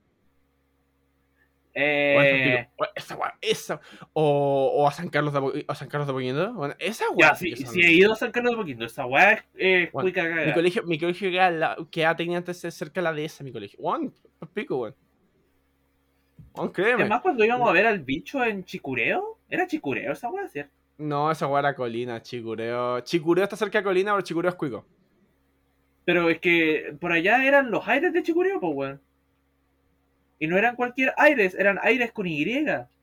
Bueno, Eh, esa weá, esa. O a San Carlos a San Carlos de Apoquindo. Bueno, esa ya, weá sí sí, que son. sí he ido a San Carlos de Poquito. Esa weá es Bueno, cuica cagada. mi colegio queda técnicamente cerca de la de esa, mi colegio. Bueno, pico, weón. Bueno, Es créeme. más, cuando íbamos a ver al bicho en Chicureo, era Chicureo esa weá, ¿cierto? No, esa weá era Colina, Chicureo. Chicureo está cerca de Colina, pero Chicureo es cuico. Pero es que por allá eran los aires de Chicureo, pues weón. Y no eran cualquier aires, eran aires con Y.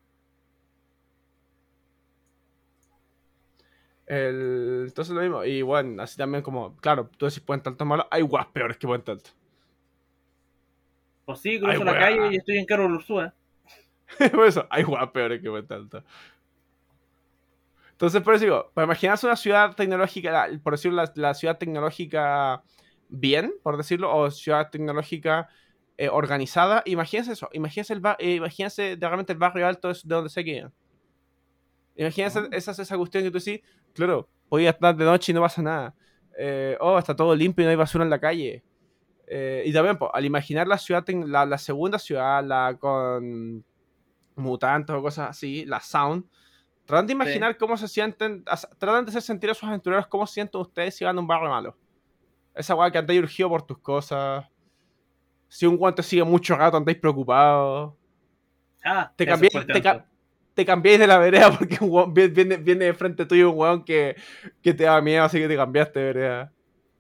Entonces lo mismo. Y bueno, así también como, claro, tú decís Puente Alto es malo, hay weas peores que Puente Alto. Pues sí, Ay, cruzo la weá. calle y estoy en Carol Ursúa. Por eso, hay weas peores que Puente Alto. Entonces, por eso digo, para imaginarse una ciudad tecnológica, por decirlo, la ciudad tecnológica bien, por decirlo, o ciudad tecnológica organizada, imagínense eso, imagínense de realmente el barrio alto de donde se quedan. Imagínense esa cuestión que tú decís, claro, podía estar de noche y no pasa nada. Está todo limpio y no hay basura en la calle. Y también, pues, al imaginar la ciudad, la segunda ciudad, la con mutantes o cosas así, la Sound, tratan de imaginar cómo se sienten, tratan de hacer sentir a sus aventureros cómo se sienten ustedes si van a un barrio malo. Esa weá que andáis urgido por tus cosas. Si un guante sigue mucho rato, andáis preocupados. Ah, Te eso es cambiáis, Puente te, Alto. te cambiáis de la vereda porque un weón viene de frente tuyo un weón que te da miedo, así que te cambiaste de vereda.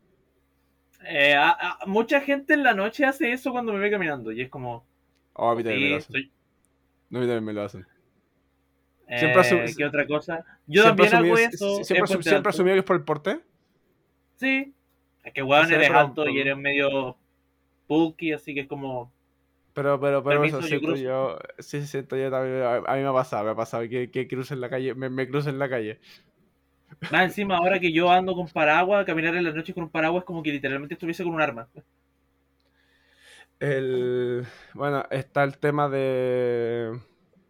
Mucha gente en la noche hace eso cuando me ve caminando y es como, Oh, a mí también me lo sí, hacen. No, a mí también me lo hacen. ¿qué otra cosa? Yo también hago eso en Puente siempre Alto. asumido que es por el porte. Sí, es que weón Sí, eres pero- alto y eres medio pulky, así que es como, Pero permiso, eso yo siento cruzo. yo. Sí, siento yo también. A mí me ha pasado que cruce en la calle, me cruce en la calle. Más encima, ahora que yo ando con paraguas, caminar en la noche con un paraguas es como que literalmente estuviese con un arma. Bueno, está el tema de.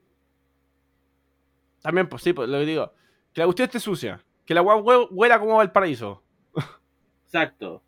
También, pues sí, pues lo que digo. Que la cuestión esté sucia. Que la agua huela como Valparaíso. Exacto.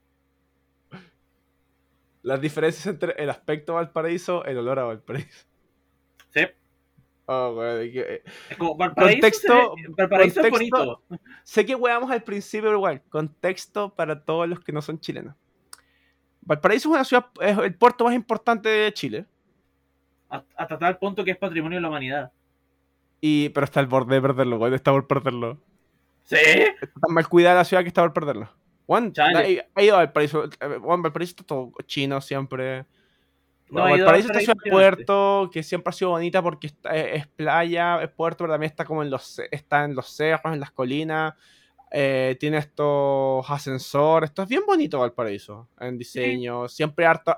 Las diferencias entre el aspecto Valparaíso, el olor a Valparaíso. Sí. Oh, güey, Es como Valparaíso, Valparaíso es bonito. Sé que weamos al principio, pero igual. Contexto para todos los que no son chilenos. Valparaíso es una ciudad, es el puerto más importante de Chile. Hasta tal punto que es patrimonio de la humanidad. Pero está al borde de perderlo, güey. Está por perderlo. ¿Sí? Está tan mal cuidada la ciudad que está por perderlo. Juan, Chale. ha ido a Valparaíso. Juan, Valparaíso está todo chino siempre. No he ido a Valparaíso está Valparaíso ciudad puerto, que siempre ha sido bonita porque es playa, es puerto, pero también está como está en los cerros, en las colinas. Tiene estos ascensores. Esto es bien bonito Valparaíso en diseño. Siempre harta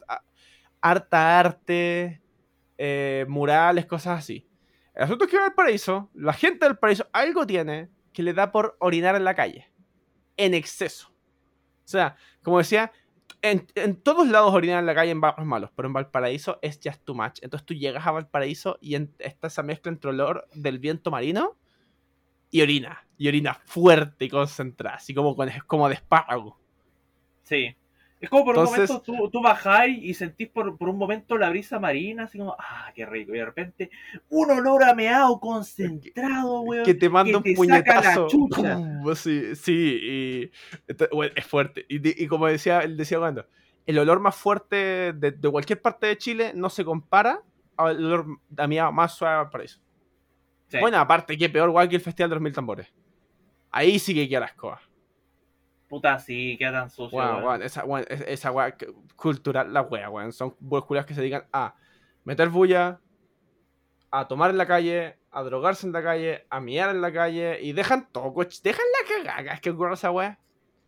arte, murales, cosas así. El asunto es que Valparaíso, la gente del Valparaíso, algo tiene que le da por orinar en la calle. En exceso. O sea, como decía, en todos lados orinar en la calle en barrios malos, pero en Valparaíso es just too much. Entonces tú llegas a Valparaíso y está esa mezcla entre olor del viento marino y orina fuerte y concentrada, así como de espárrago. Sí. Es como por un Entonces, momento tú bajáis y sentís por un momento la brisa marina, así como, ah, qué rico. Y de repente, un olor a meado concentrado, que weón, te que manda un te saca la puñetazo. chucha. ¡Pum! Sí, sí, y bueno, es fuerte. Y como decía, él decía cuando, el olor más fuerte de cualquier parte de Chile no se compara al olor a mí más suave de Valparaíso. Sí, Bueno, aparte, que peor, igual que el Festival de los Mil Tambores. Ahí sí que queda la escoba. puta, sí, queda tan sucio, Bueno, weón. bueno, esa weá cultural, la wea, weón. Son culiados que se dedican a meter bulla, a tomar en la calle, a drogarse en la calle, a miar en la calle y dejan todo, dejan la cagada. Es que ocurre esa weá.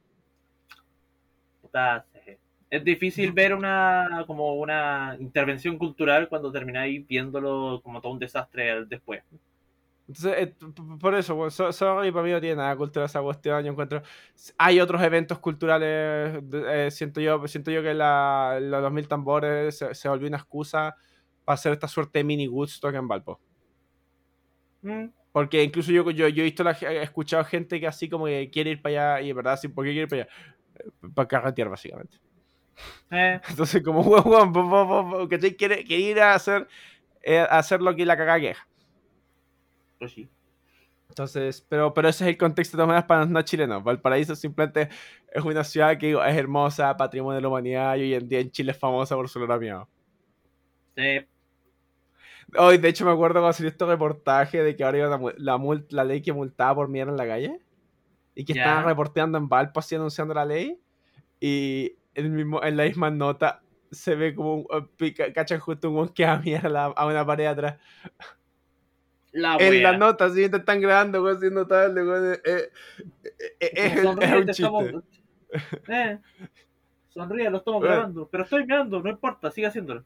Puta, sí. Es difícil ver como una intervención cultural cuando termináis viéndolo como todo un desastre después. Entonces, por eso, weón, sorry, para mí no tiene nada de cultura esa cuestión. Yo encuentro. Hay otros eventos culturales. Siento yo que los Mil Tambores se volvió una excusa para hacer esta suerte de mini Woodstock en Valpo. Mm, Porque incluso yo he visto, he escuchado gente que así como que quiere ir para allá y en verdad, sí, ¿por qué quiere ir para allá? Para carretear, básicamente. eh, Entonces, como huevón, ¿cachai? Quiere ir a hacer lo que la cagada queja. pues sí. Entonces, pero ese es el contexto de todas maneras para los no chilenos. Valparaíso simplemente es una ciudad que digo, es hermosa, patrimonio de la humanidad y hoy en día en Chile es famosa por su olor a miado. Sí, Hoy, de hecho, me acuerdo cuando salió este reportaje de que ahora iba la ley que multaba por miar en la calle y que estaban ya. reporteando en Valpo así anunciando la ley. Y en la misma nota se ve como cachan justo un weón que va a mirar a una pared atrás. La En la wea. nota, si te están grabando, weón, es notable, weón. Es como Es sonríe, un te estamos. chiste. Eh, sonríe, lo estamos Weón, grabando. Pero estoy meando, no importa, sigue haciéndolo.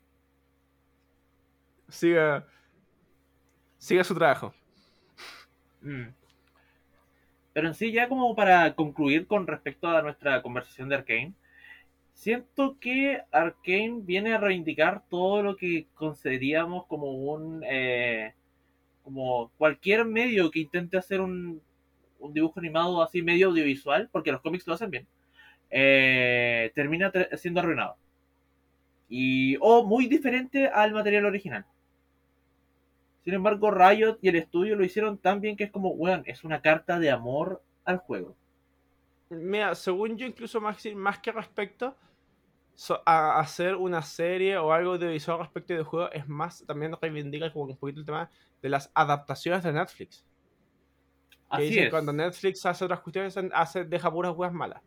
siga, siga su trabajo. Mm. Pero en sí, ya como para concluir con respecto a nuestra conversación de Arcane, siento que Arcane viene a reivindicar todo lo que consideríamos como como cualquier medio que intente hacer un dibujo animado así medio audiovisual, porque los cómics lo hacen bien, termina siendo arruinado. O muy diferente al material original. Sin embargo, Riot y el estudio lo hicieron tan bien que es como, weón, es una carta de amor al juego. Mira, según yo, incluso más que respecto a hacer una serie o algo audiovisual respecto del juego, es más, también reivindica como un poquito el tema de las adaptaciones de Netflix. Que Así dicen que es. cuando Netflix hace otras cuestiones, deja puras weas malas.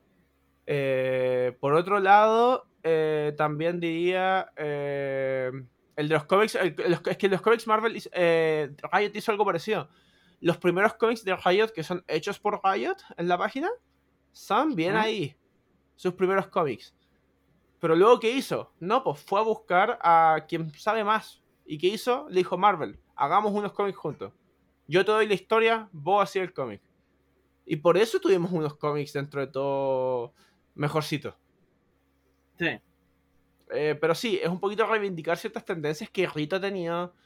Por otro lado, también diría el de los cómics. Es que los cómics Marvel, Riot hizo algo parecido. Los primeros cómics de Riot que son hechos por Riot en la página son bien ¿Mm? ahí. Sus primeros cómics. Pero luego, ¿qué hizo? No, pues fue a buscar a quien sabe más. ¿Y qué hizo? Le dijo Marvel, hagamos unos cómics juntos. Yo te doy la historia, vos hacías el cómic. Y por eso tuvimos unos cómics dentro de todo mejorcitos. Sí. Pero sí, es un poquito reivindicar ciertas tendencias que Rito ha tenido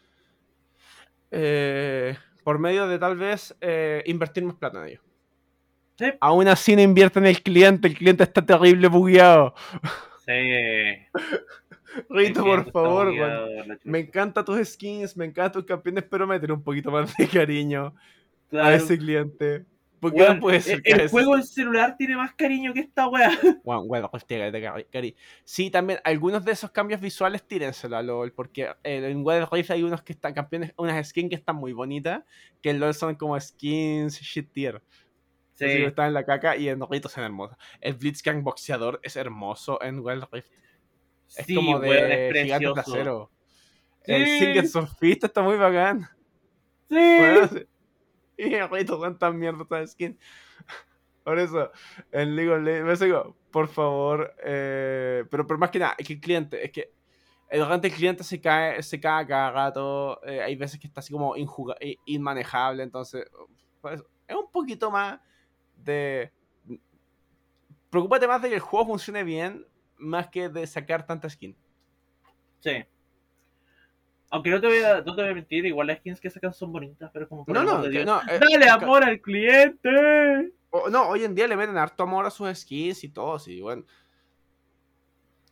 por medio de tal vez invertir más plata en ello. Sí. Aún así no invierte en el cliente está terrible bugueado. Sí. Rito, por Entiendo, está favor, bugueado, weón. la Me chucha. encantan tus skins, me encantan tus campeones, pero meter un poquito más de cariño a Claro. ese cliente. ¿Por qué no Weón, puede ser el eso? juego en celular tiene más cariño que esta weá. Bueno, hostia, sí, también algunos de esos cambios visuales tírenselo a LOL, porque en Wild Rift hay unos que están campeones, unas skins que están muy bonitas, que en LOL son como skins shit tier. Así que Sí. están en la caca y en Rito son hermosos. El Blitzcrank boxeador es hermoso en Wild Rift. Es Sí, como weón, es de gigante de precioso. acero. El Singed Sí. Surfista está muy bacán. Bueno, Sí. y el Rito son tan mierda esta skin. Por eso, en League of Legends, me digo, por favor, pero más que nada, es que el cliente, es que el cliente se cae cada rato, hay veces que está así como inmanejable, entonces, pues, es un poquito más de... Preocúpate más de que el juego funcione bien, más que de sacar tanta skin. Sí. Aunque no te voy a mentir, igual las skins que sacan son bonitas, pero como por No, el amor de no, Dios. no. ¡Dale amor al cliente! No, hoy en día le meten harto amor a sus skins y todo, sí, bueno.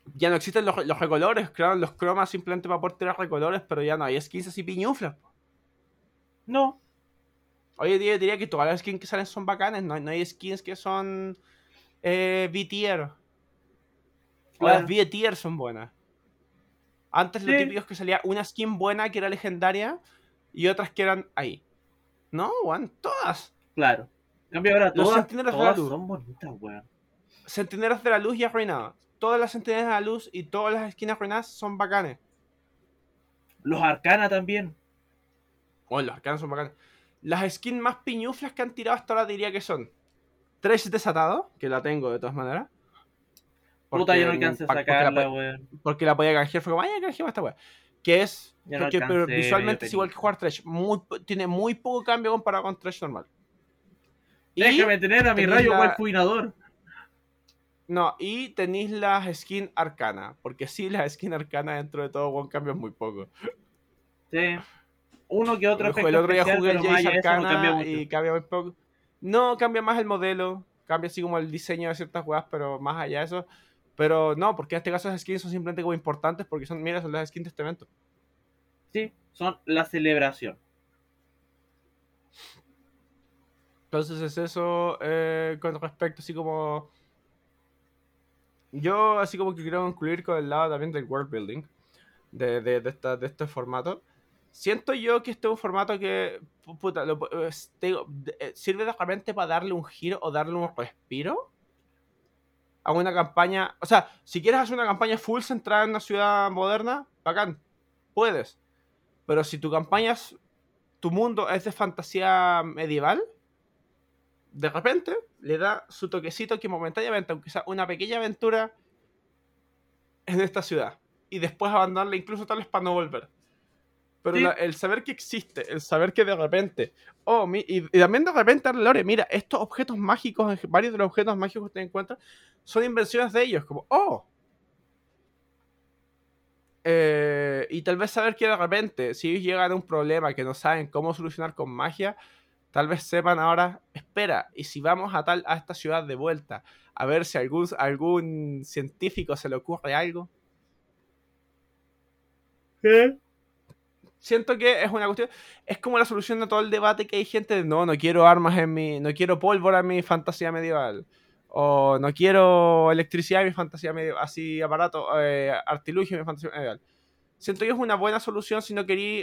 Ya no existen los recolores, claro, los cromas simplemente para poder tirar recolores, pero ya no hay skins así piñuflas. No, Oye, día diría que todas las skins que salen son bacanes, no hay skins que son B-tier. O las claro. B-tier son buenas. Antes lo Sí, típico es que salía una skin buena que era legendaria y otras que eran ahí. No, weón, todas. claro. En cambio ahora Los todas, Centinelas de la todas Luz. son bonitas, weón. Centinelas de la Luz ya arruinadas. Todas las Centinelas de la Luz y todas las skins arruinadas son bacanes. Los Arcana también. Bueno, los arcanos son bacanes. Las skins más piñuflas que han tirado hasta ahora diría que son Trash Desatado, que la tengo de todas maneras. Puta, yo no alcancé a sacarla, po- weón. porque la podía canjear, fue como, ay, canjeamos esta weá. Que es, Ya no porque, pero alcancé, visualmente medio es igual que jugar Trash. Tiene muy poco cambio comparado con Trash normal. Y Déjame tener a mi tenéis rayo la- Walfuinador. No, y tenéis las skin arcana. Porque sí, las skin arcana dentro de todo, weón, cambian muy poco. Sí. Uno que otro efecto El otro día especial, jugué el pero más Jace allá de eso no cambia Arcana mucho. y cambia muy poco. No, cambia más el modelo. Cambia así como el diseño de ciertas weas, pero más allá de eso. Pero no, porque en este caso las skins son simplemente como importantes porque son, mira, son las skins de este evento. Sí, son la celebración. Entonces es eso con respecto así como... Yo así como que quiero concluir con el lado también del world building de este formato. Siento yo que este es un formato que puta, sirve de repente para darle un giro o darle un respiro a una campaña. O sea, si quieres hacer una campaña full centrada en una ciudad moderna, bacán, puedes. Pero si tu campaña, tu mundo es de fantasía medieval, de repente le da su toquecito que momentáneamente, aunque sea una pequeña aventura en esta ciudad. Y después abandonarla incluso tal vez para no volver. Pero Sí. El saber que existe, el saber que de repente... y también de repente darle lore, mira, estos objetos mágicos, varios de los objetos mágicos que te encuentras, son invenciones de ellos, como, y tal vez saber que de repente, si ellos llegan a un problema que no saben cómo solucionar con magia, tal vez sepan ahora, espera, y si vamos a esta ciudad de vuelta, a ver si algún científico se le ocurre algo. ¿Qué? Siento que es una cuestión, es como la solución a todo el debate que hay gente de no quiero armas no quiero pólvora en mi fantasía medieval, o no quiero electricidad en mi fantasía medieval, así aparato, artilugio en mi fantasía medieval. Siento que es una buena solución si no querí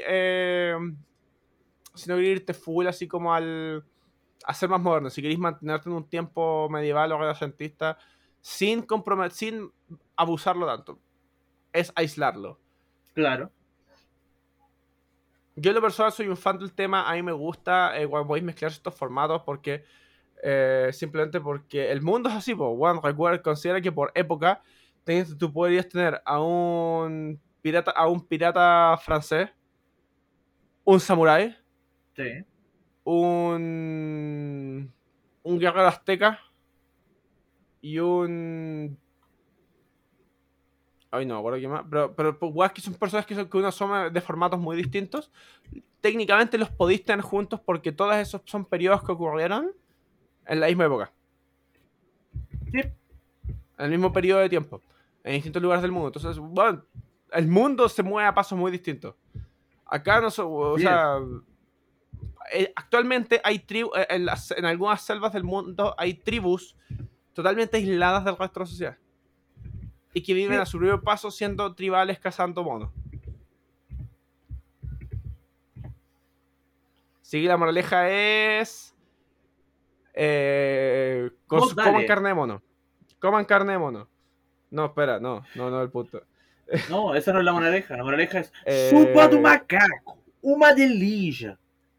irte full así como a ser más moderno, si queréis mantenerte en un tiempo medieval o renacentista sin abusarlo tanto, es aislarlo. Claro. Yo en lo personal soy un fan del tema, a mí me gusta cuando podéis mezclar estos formatos porque simplemente porque el mundo es así, pues, considera que por época tú podrías tener a un pirata francés, un samurái, Sí. un guerrero azteca y un... Ay, no me acuerdo qué más. Pero pues, que son personas que uno son de formatos muy distintos. Técnicamente los podéis tener juntos porque todos esos son periodos que ocurrieron en la misma época. Sí. En el mismo periodo de tiempo. En distintos lugares del mundo. Entonces, bueno, el mundo se mueve a pasos muy distintos. Acá no o sea... actualmente hay en algunas selvas del mundo hay tribus totalmente aisladas del resto de la sociedad. Y que viven a su propio paso siendo tribales cazando monos. Sí, la moraleja es... coman carne de mono. Coman carne de mono. No, espera, no el punto. No, esa no es la moraleja. La moraleja es Eh, chupa tu macaco. Una delilla.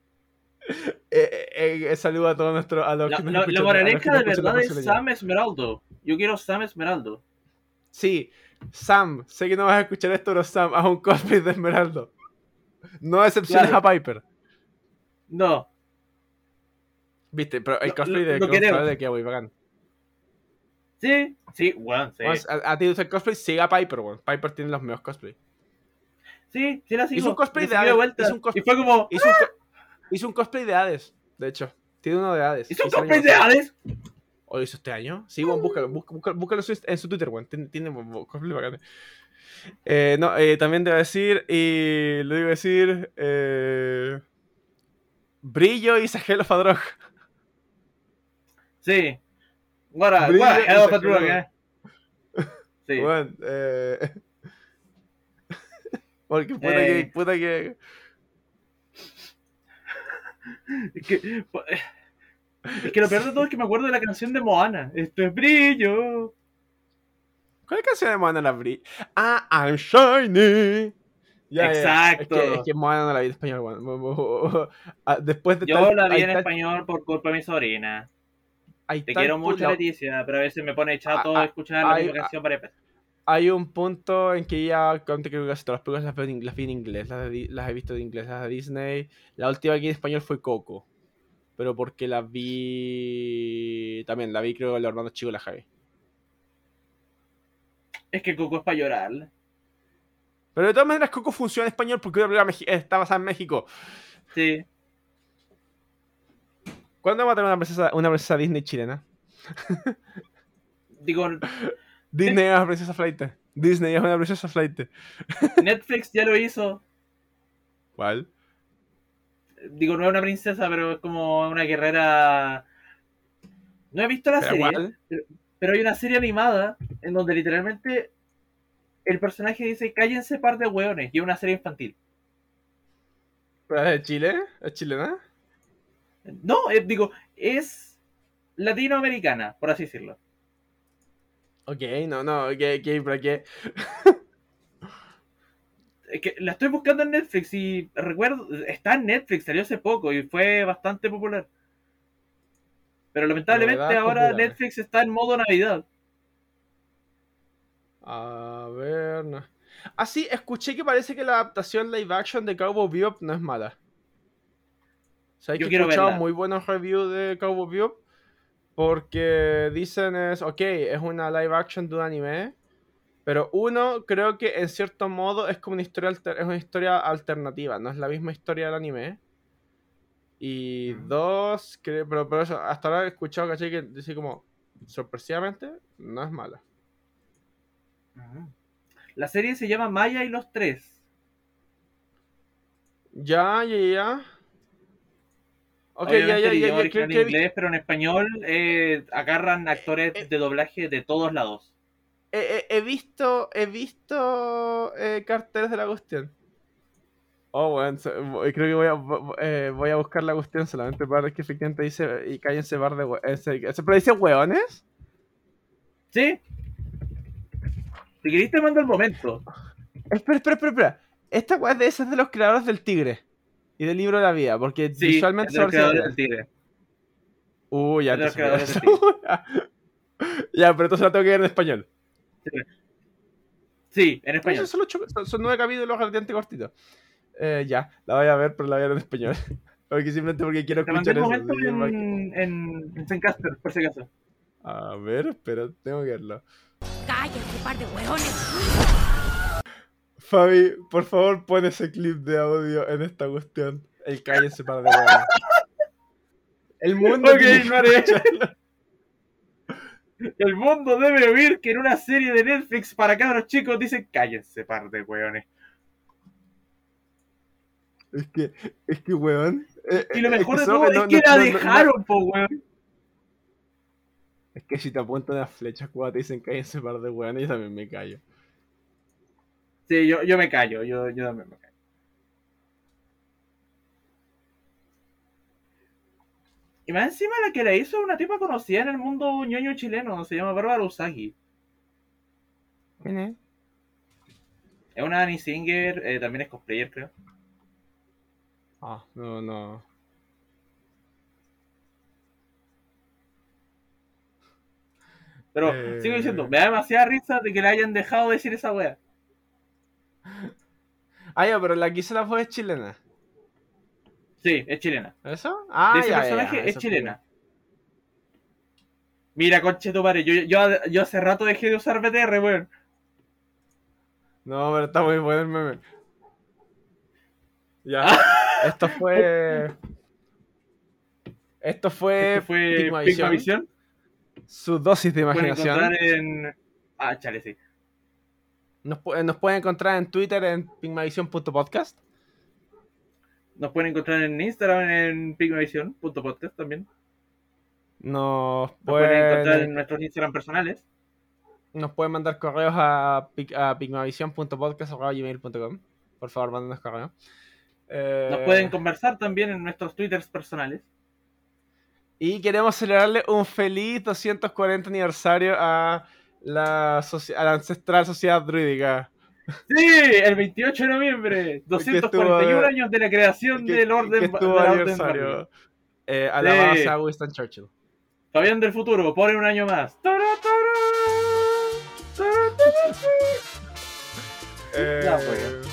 Saludo a todos nuestros... A los La, que nos la- escuchan- la a los moraleja que nos de escuchan verdad es brasileña. Sam Esmeraldo. Yo quiero Sam Esmeraldo. Sí, Sam, sé que no vas a escuchar esto, pero Sam, haz un cosplay de Esmeraldo. No decepciones Claro. a Piper. No. Viste, pero el Lo- cosplay de lo queremos. de que muy bacán. Sí, sí, weón, sí. Bueno, a ti te gusta el cosplay, siga a Piper, weón. Piper tiene los mejores cosplays. Sí, sí la sigo. Hizo un cosplay Le de seguí Hades, vuelta. hizo un cos- Y fue como, Hizo un cosplay de Hades, de hecho. Tiene uno de Hades. ¿hizo un Hizo el cosplay año de pasado. Hades? ¿O lo hizo este año? Sí, bueno, búscalo en su Twitter, weón. Tiene cosplay bacanes. No, también debo decir, y lo digo decir, Brillo y Sagelo Fadrog. Sí. What a Brillo hell y of a Sagelo drug, eh. Sí. Bueno, porque puta que... Es que lo peor de todo es que me acuerdo de la canción de Moana. Esto es brillo. ¿Cuál canción de Moana la Brillo? Ah, I'm shiny. Ya. Exacto. Es que Moana no la vi en español, weón. Después de Yo la vi hay en tal- español por culpa de mi sobrina. hay Te tal quiero pu- mucho, la- Leticia, pero a veces me pone chato Ah, escuchar la hay, misma canción varias veces. hay un punto en que ya, creo que casi todas las películas las vi en inglés, las he visto en inglés, las de Disney. La última que vi en español fue Coco, pero porque la vi, también la vi creo con los hermanos chicos la Javi. Es que Coco es para llorar. Pero de todas maneras Coco funciona en español porque una película está basada en México. Sí. ¿Cuándo vamos a tener una princesa Disney chilena? Digo, Disney es una princesa flight. Disney es una princesa flight. Netflix ya lo hizo. ¿Cuál? Digo, no es una princesa, pero es como una guerrera. No he visto la ¿Pero serie, cuál? pero hay una serie animada en donde literalmente el personaje dice cállense par de hueones y es una serie infantil. ¿Pero es de Chile? ¿Es chilena? No, digo, es latinoamericana, por así decirlo. Ok, no, pero qué. Es que la estoy buscando en Netflix y recuerdo, está en Netflix, salió hace poco y fue bastante popular. Pero lamentablemente Novedades ahora populares. Netflix está en modo Navidad. A ver, no. Ah, sí, escuché que parece que la adaptación live action de Cowboy Bebop no es mala. O sea, Yo que he quiero escuchado verla. muy buenos reviews de Cowboy Bebop porque dicen ok, es una live action de un anime, pero uno, creo que en cierto modo es como una historia, es una historia alternativa, no es la misma historia del anime. Y dos, pero eso, hasta ahora he escuchado, ¿cachai? Que dice como, sorpresivamente, no es mala. La serie se llama Maya y los Tres. Ya. Ok, Obviamente el idioma ya, creo original que en inglés, pero en español agarran actores eh, de doblaje de todos lados. he visto carteles de la cuestión. Oh, bueno, creo que voy a buscar la cuestión solamente para ver que efectivamente dice y cállense bar de ¿pero dice hueones? ¿Sí? Si queréis te mando el momento. Espera. Esta weá es de los creadores del Tigre y del Libro de la Vida, porque Sí, visualmente es de los se parece creadores a del Tigre. Ya Es de los entonces creadores del Tigre. Ya, pero entonces la tengo que ver en español. Sí, en español. Son 9 capítulos relativamente cortitos. Ya, la voy a ver, pero la voy a ver en español. Simplemente porque quiero Te mandé escuchar el eso. momento así que en Zencaster, por si acaso. a ver, espera, tengo que verlo. ¡Cállense, par de hueones! Fabi, por favor, pon ese clip de audio en esta cuestión. El cállense para de hueones. El mundo Ok, tiene que lo haré. escucharlo. El mundo debe oír que en una serie de Netflix para cabros chicos dicen cállense, par de hueones. Es que, weón. Y lo mejor de solo todo es no- que no- la no- no- dejaron, po, weón. Es que si te apuntan las flechas cuando te dicen cállense par de weones, yo también me callo. Sí, yo me callo, yo también me callo. Y más encima la que la hizo es una tipa conocida en el mundo ñoño chileno, se llama Bárbara Usagi. ¿Quién es? Es una Annie Singer, también es cosplayer, creo. Ah, no. Pero sigo diciendo, me da demasiada risa de que le hayan dejado decir esa wea. Ah, ya, pero la que hizo la voz es chilena. Sí, es chilena. ¿Eso? De ese personaje es eso chilena. Mira, conchetumare, yo hace rato dejé de usar BTR, weón. No, pero está muy bueno el meme. Ya. Esto fue. Esto fue Pigmavisión. Pigmavisión. su dosis de Pueden imaginación. encontrar en... Ah, chale, sí. Nos pueden encontrar en Twitter en pigmavision.podcast. Nos pueden encontrar en Instagram en pigmavision.podcast también. Nos Nos pueden encontrar en pueden, nuestros Instagram personales. nos pueden mandar correos a pigmavision.podcast@gmail.com. Por favor, mándenos correos. Nos pueden conversar también en nuestros Twitters personales. Y queremos celebrarle un feliz 240 aniversario a la ancestral sociedad druídica. Sí, el 28 de noviembre, 241 estuvo- años de la creación del orden que de estuvo la orden aniversario. rápida. Alabado Sí. sea Winston Churchill. Fabián del futuro, pone un año más. ¡Tara, Ya, pues.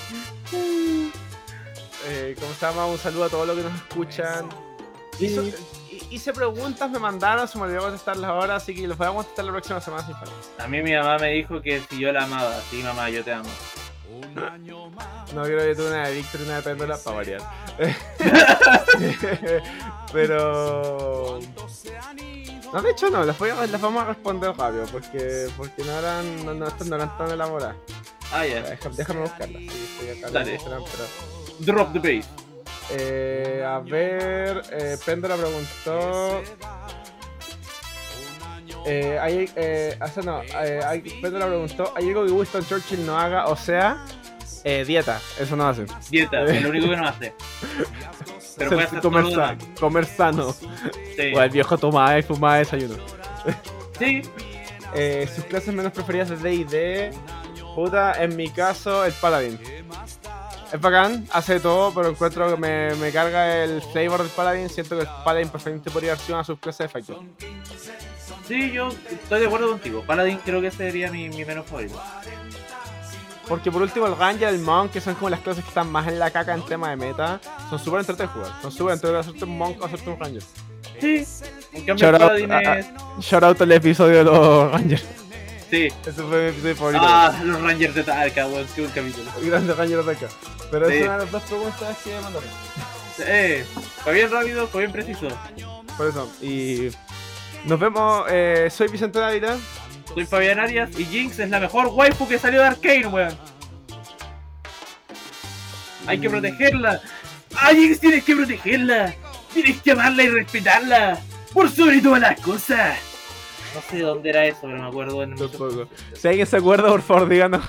¿Cómo se llama? Un saludo a todos los que nos escuchan. Hice preguntas, me mandaron, se me olvidó contestarlas ahora, así que los voy a contestar la próxima semana sin falta. A mí mi mamá me dijo que si yo la amaba. Sí, mamá, yo te amo. No, creo que tuve una de Víctor y una de Péndola para variar. Pero... No, de hecho no, las vamos a responder rápido, porque no eran tan elaboradas. Ah, ya. Déjame buscarlas. Sí, estoy acá en Dale. Instagram, pero... Drop the bass. A ver, Péndola preguntó... Péndola preguntó, ¿hay algo que Winston Churchill no haga? O sea, dieta, eso no hace. Dieta, es lo único que no hace. Pero puede hacer todo lo demás. Comer sano. Sí. O el viejo tomaba y fumaba desayuno. Sí. Sus clases menos preferidas de D&D. Puta, en mi caso, el Paladin. Es bacán, hace de todo, pero encuentro que me carga el flavor del Paladin. Siento que el Paladin perfectamente podría haber sido una subclase de Fighter. Sí, yo estoy de acuerdo contigo. Paladin creo que sería mi menos favorito. Porque por último el Ranger y el Monk, que son como las clases que están más en la caca en tema de meta, son súper entretenidos de jugar. Son súper entretenidos hacerte un Monk o hacerte un Ranger. Sí. En cambio el Paladin es... Shout out al episodio de los Rangers. Sí. Ese fue mi episodio favorito. Ah, los Rangers de Talca, weón, qué buen capítulo. Grande Ranger de acá. Pero Sí. esa es una de las dos preguntas que me mandaron. Fue bien rápido, fue bien preciso. Por eso. Y nos vemos. Soy Vicente Dávila. Soy Fabián Arias y Jinx es la mejor waifu que salió de Arcane, weón. Hay que protegerla. ¡Ah, Jinx, tienes que protegerla! Tienes que amarla y respetarla. Por sobre todas las cosas. No sé dónde era eso, pero me acuerdo en Tampoco. Si alguien se acuerda, por favor, díganos.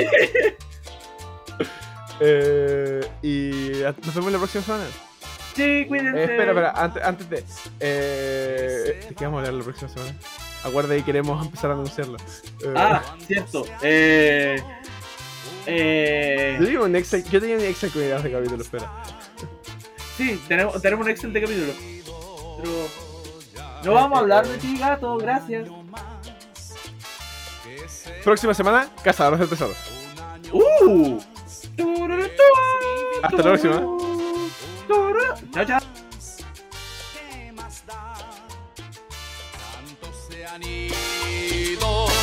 Y nos vemos la próxima semana. Sí, cuídense. Espera, antes de. ¿De qué vamos a hablar la próxima semana? Aguarda que queremos empezar a anunciarlo. Cierto. Yo tenía un Excel con ideas de capítulo, espera. Sí, tenemos un excelente capítulo. Pero no vamos a hablar de ti, gato, gracias. Próxima semana, Cazadores de Tesoros. Hasta la próxima. Chao, chao. Tantos se han ido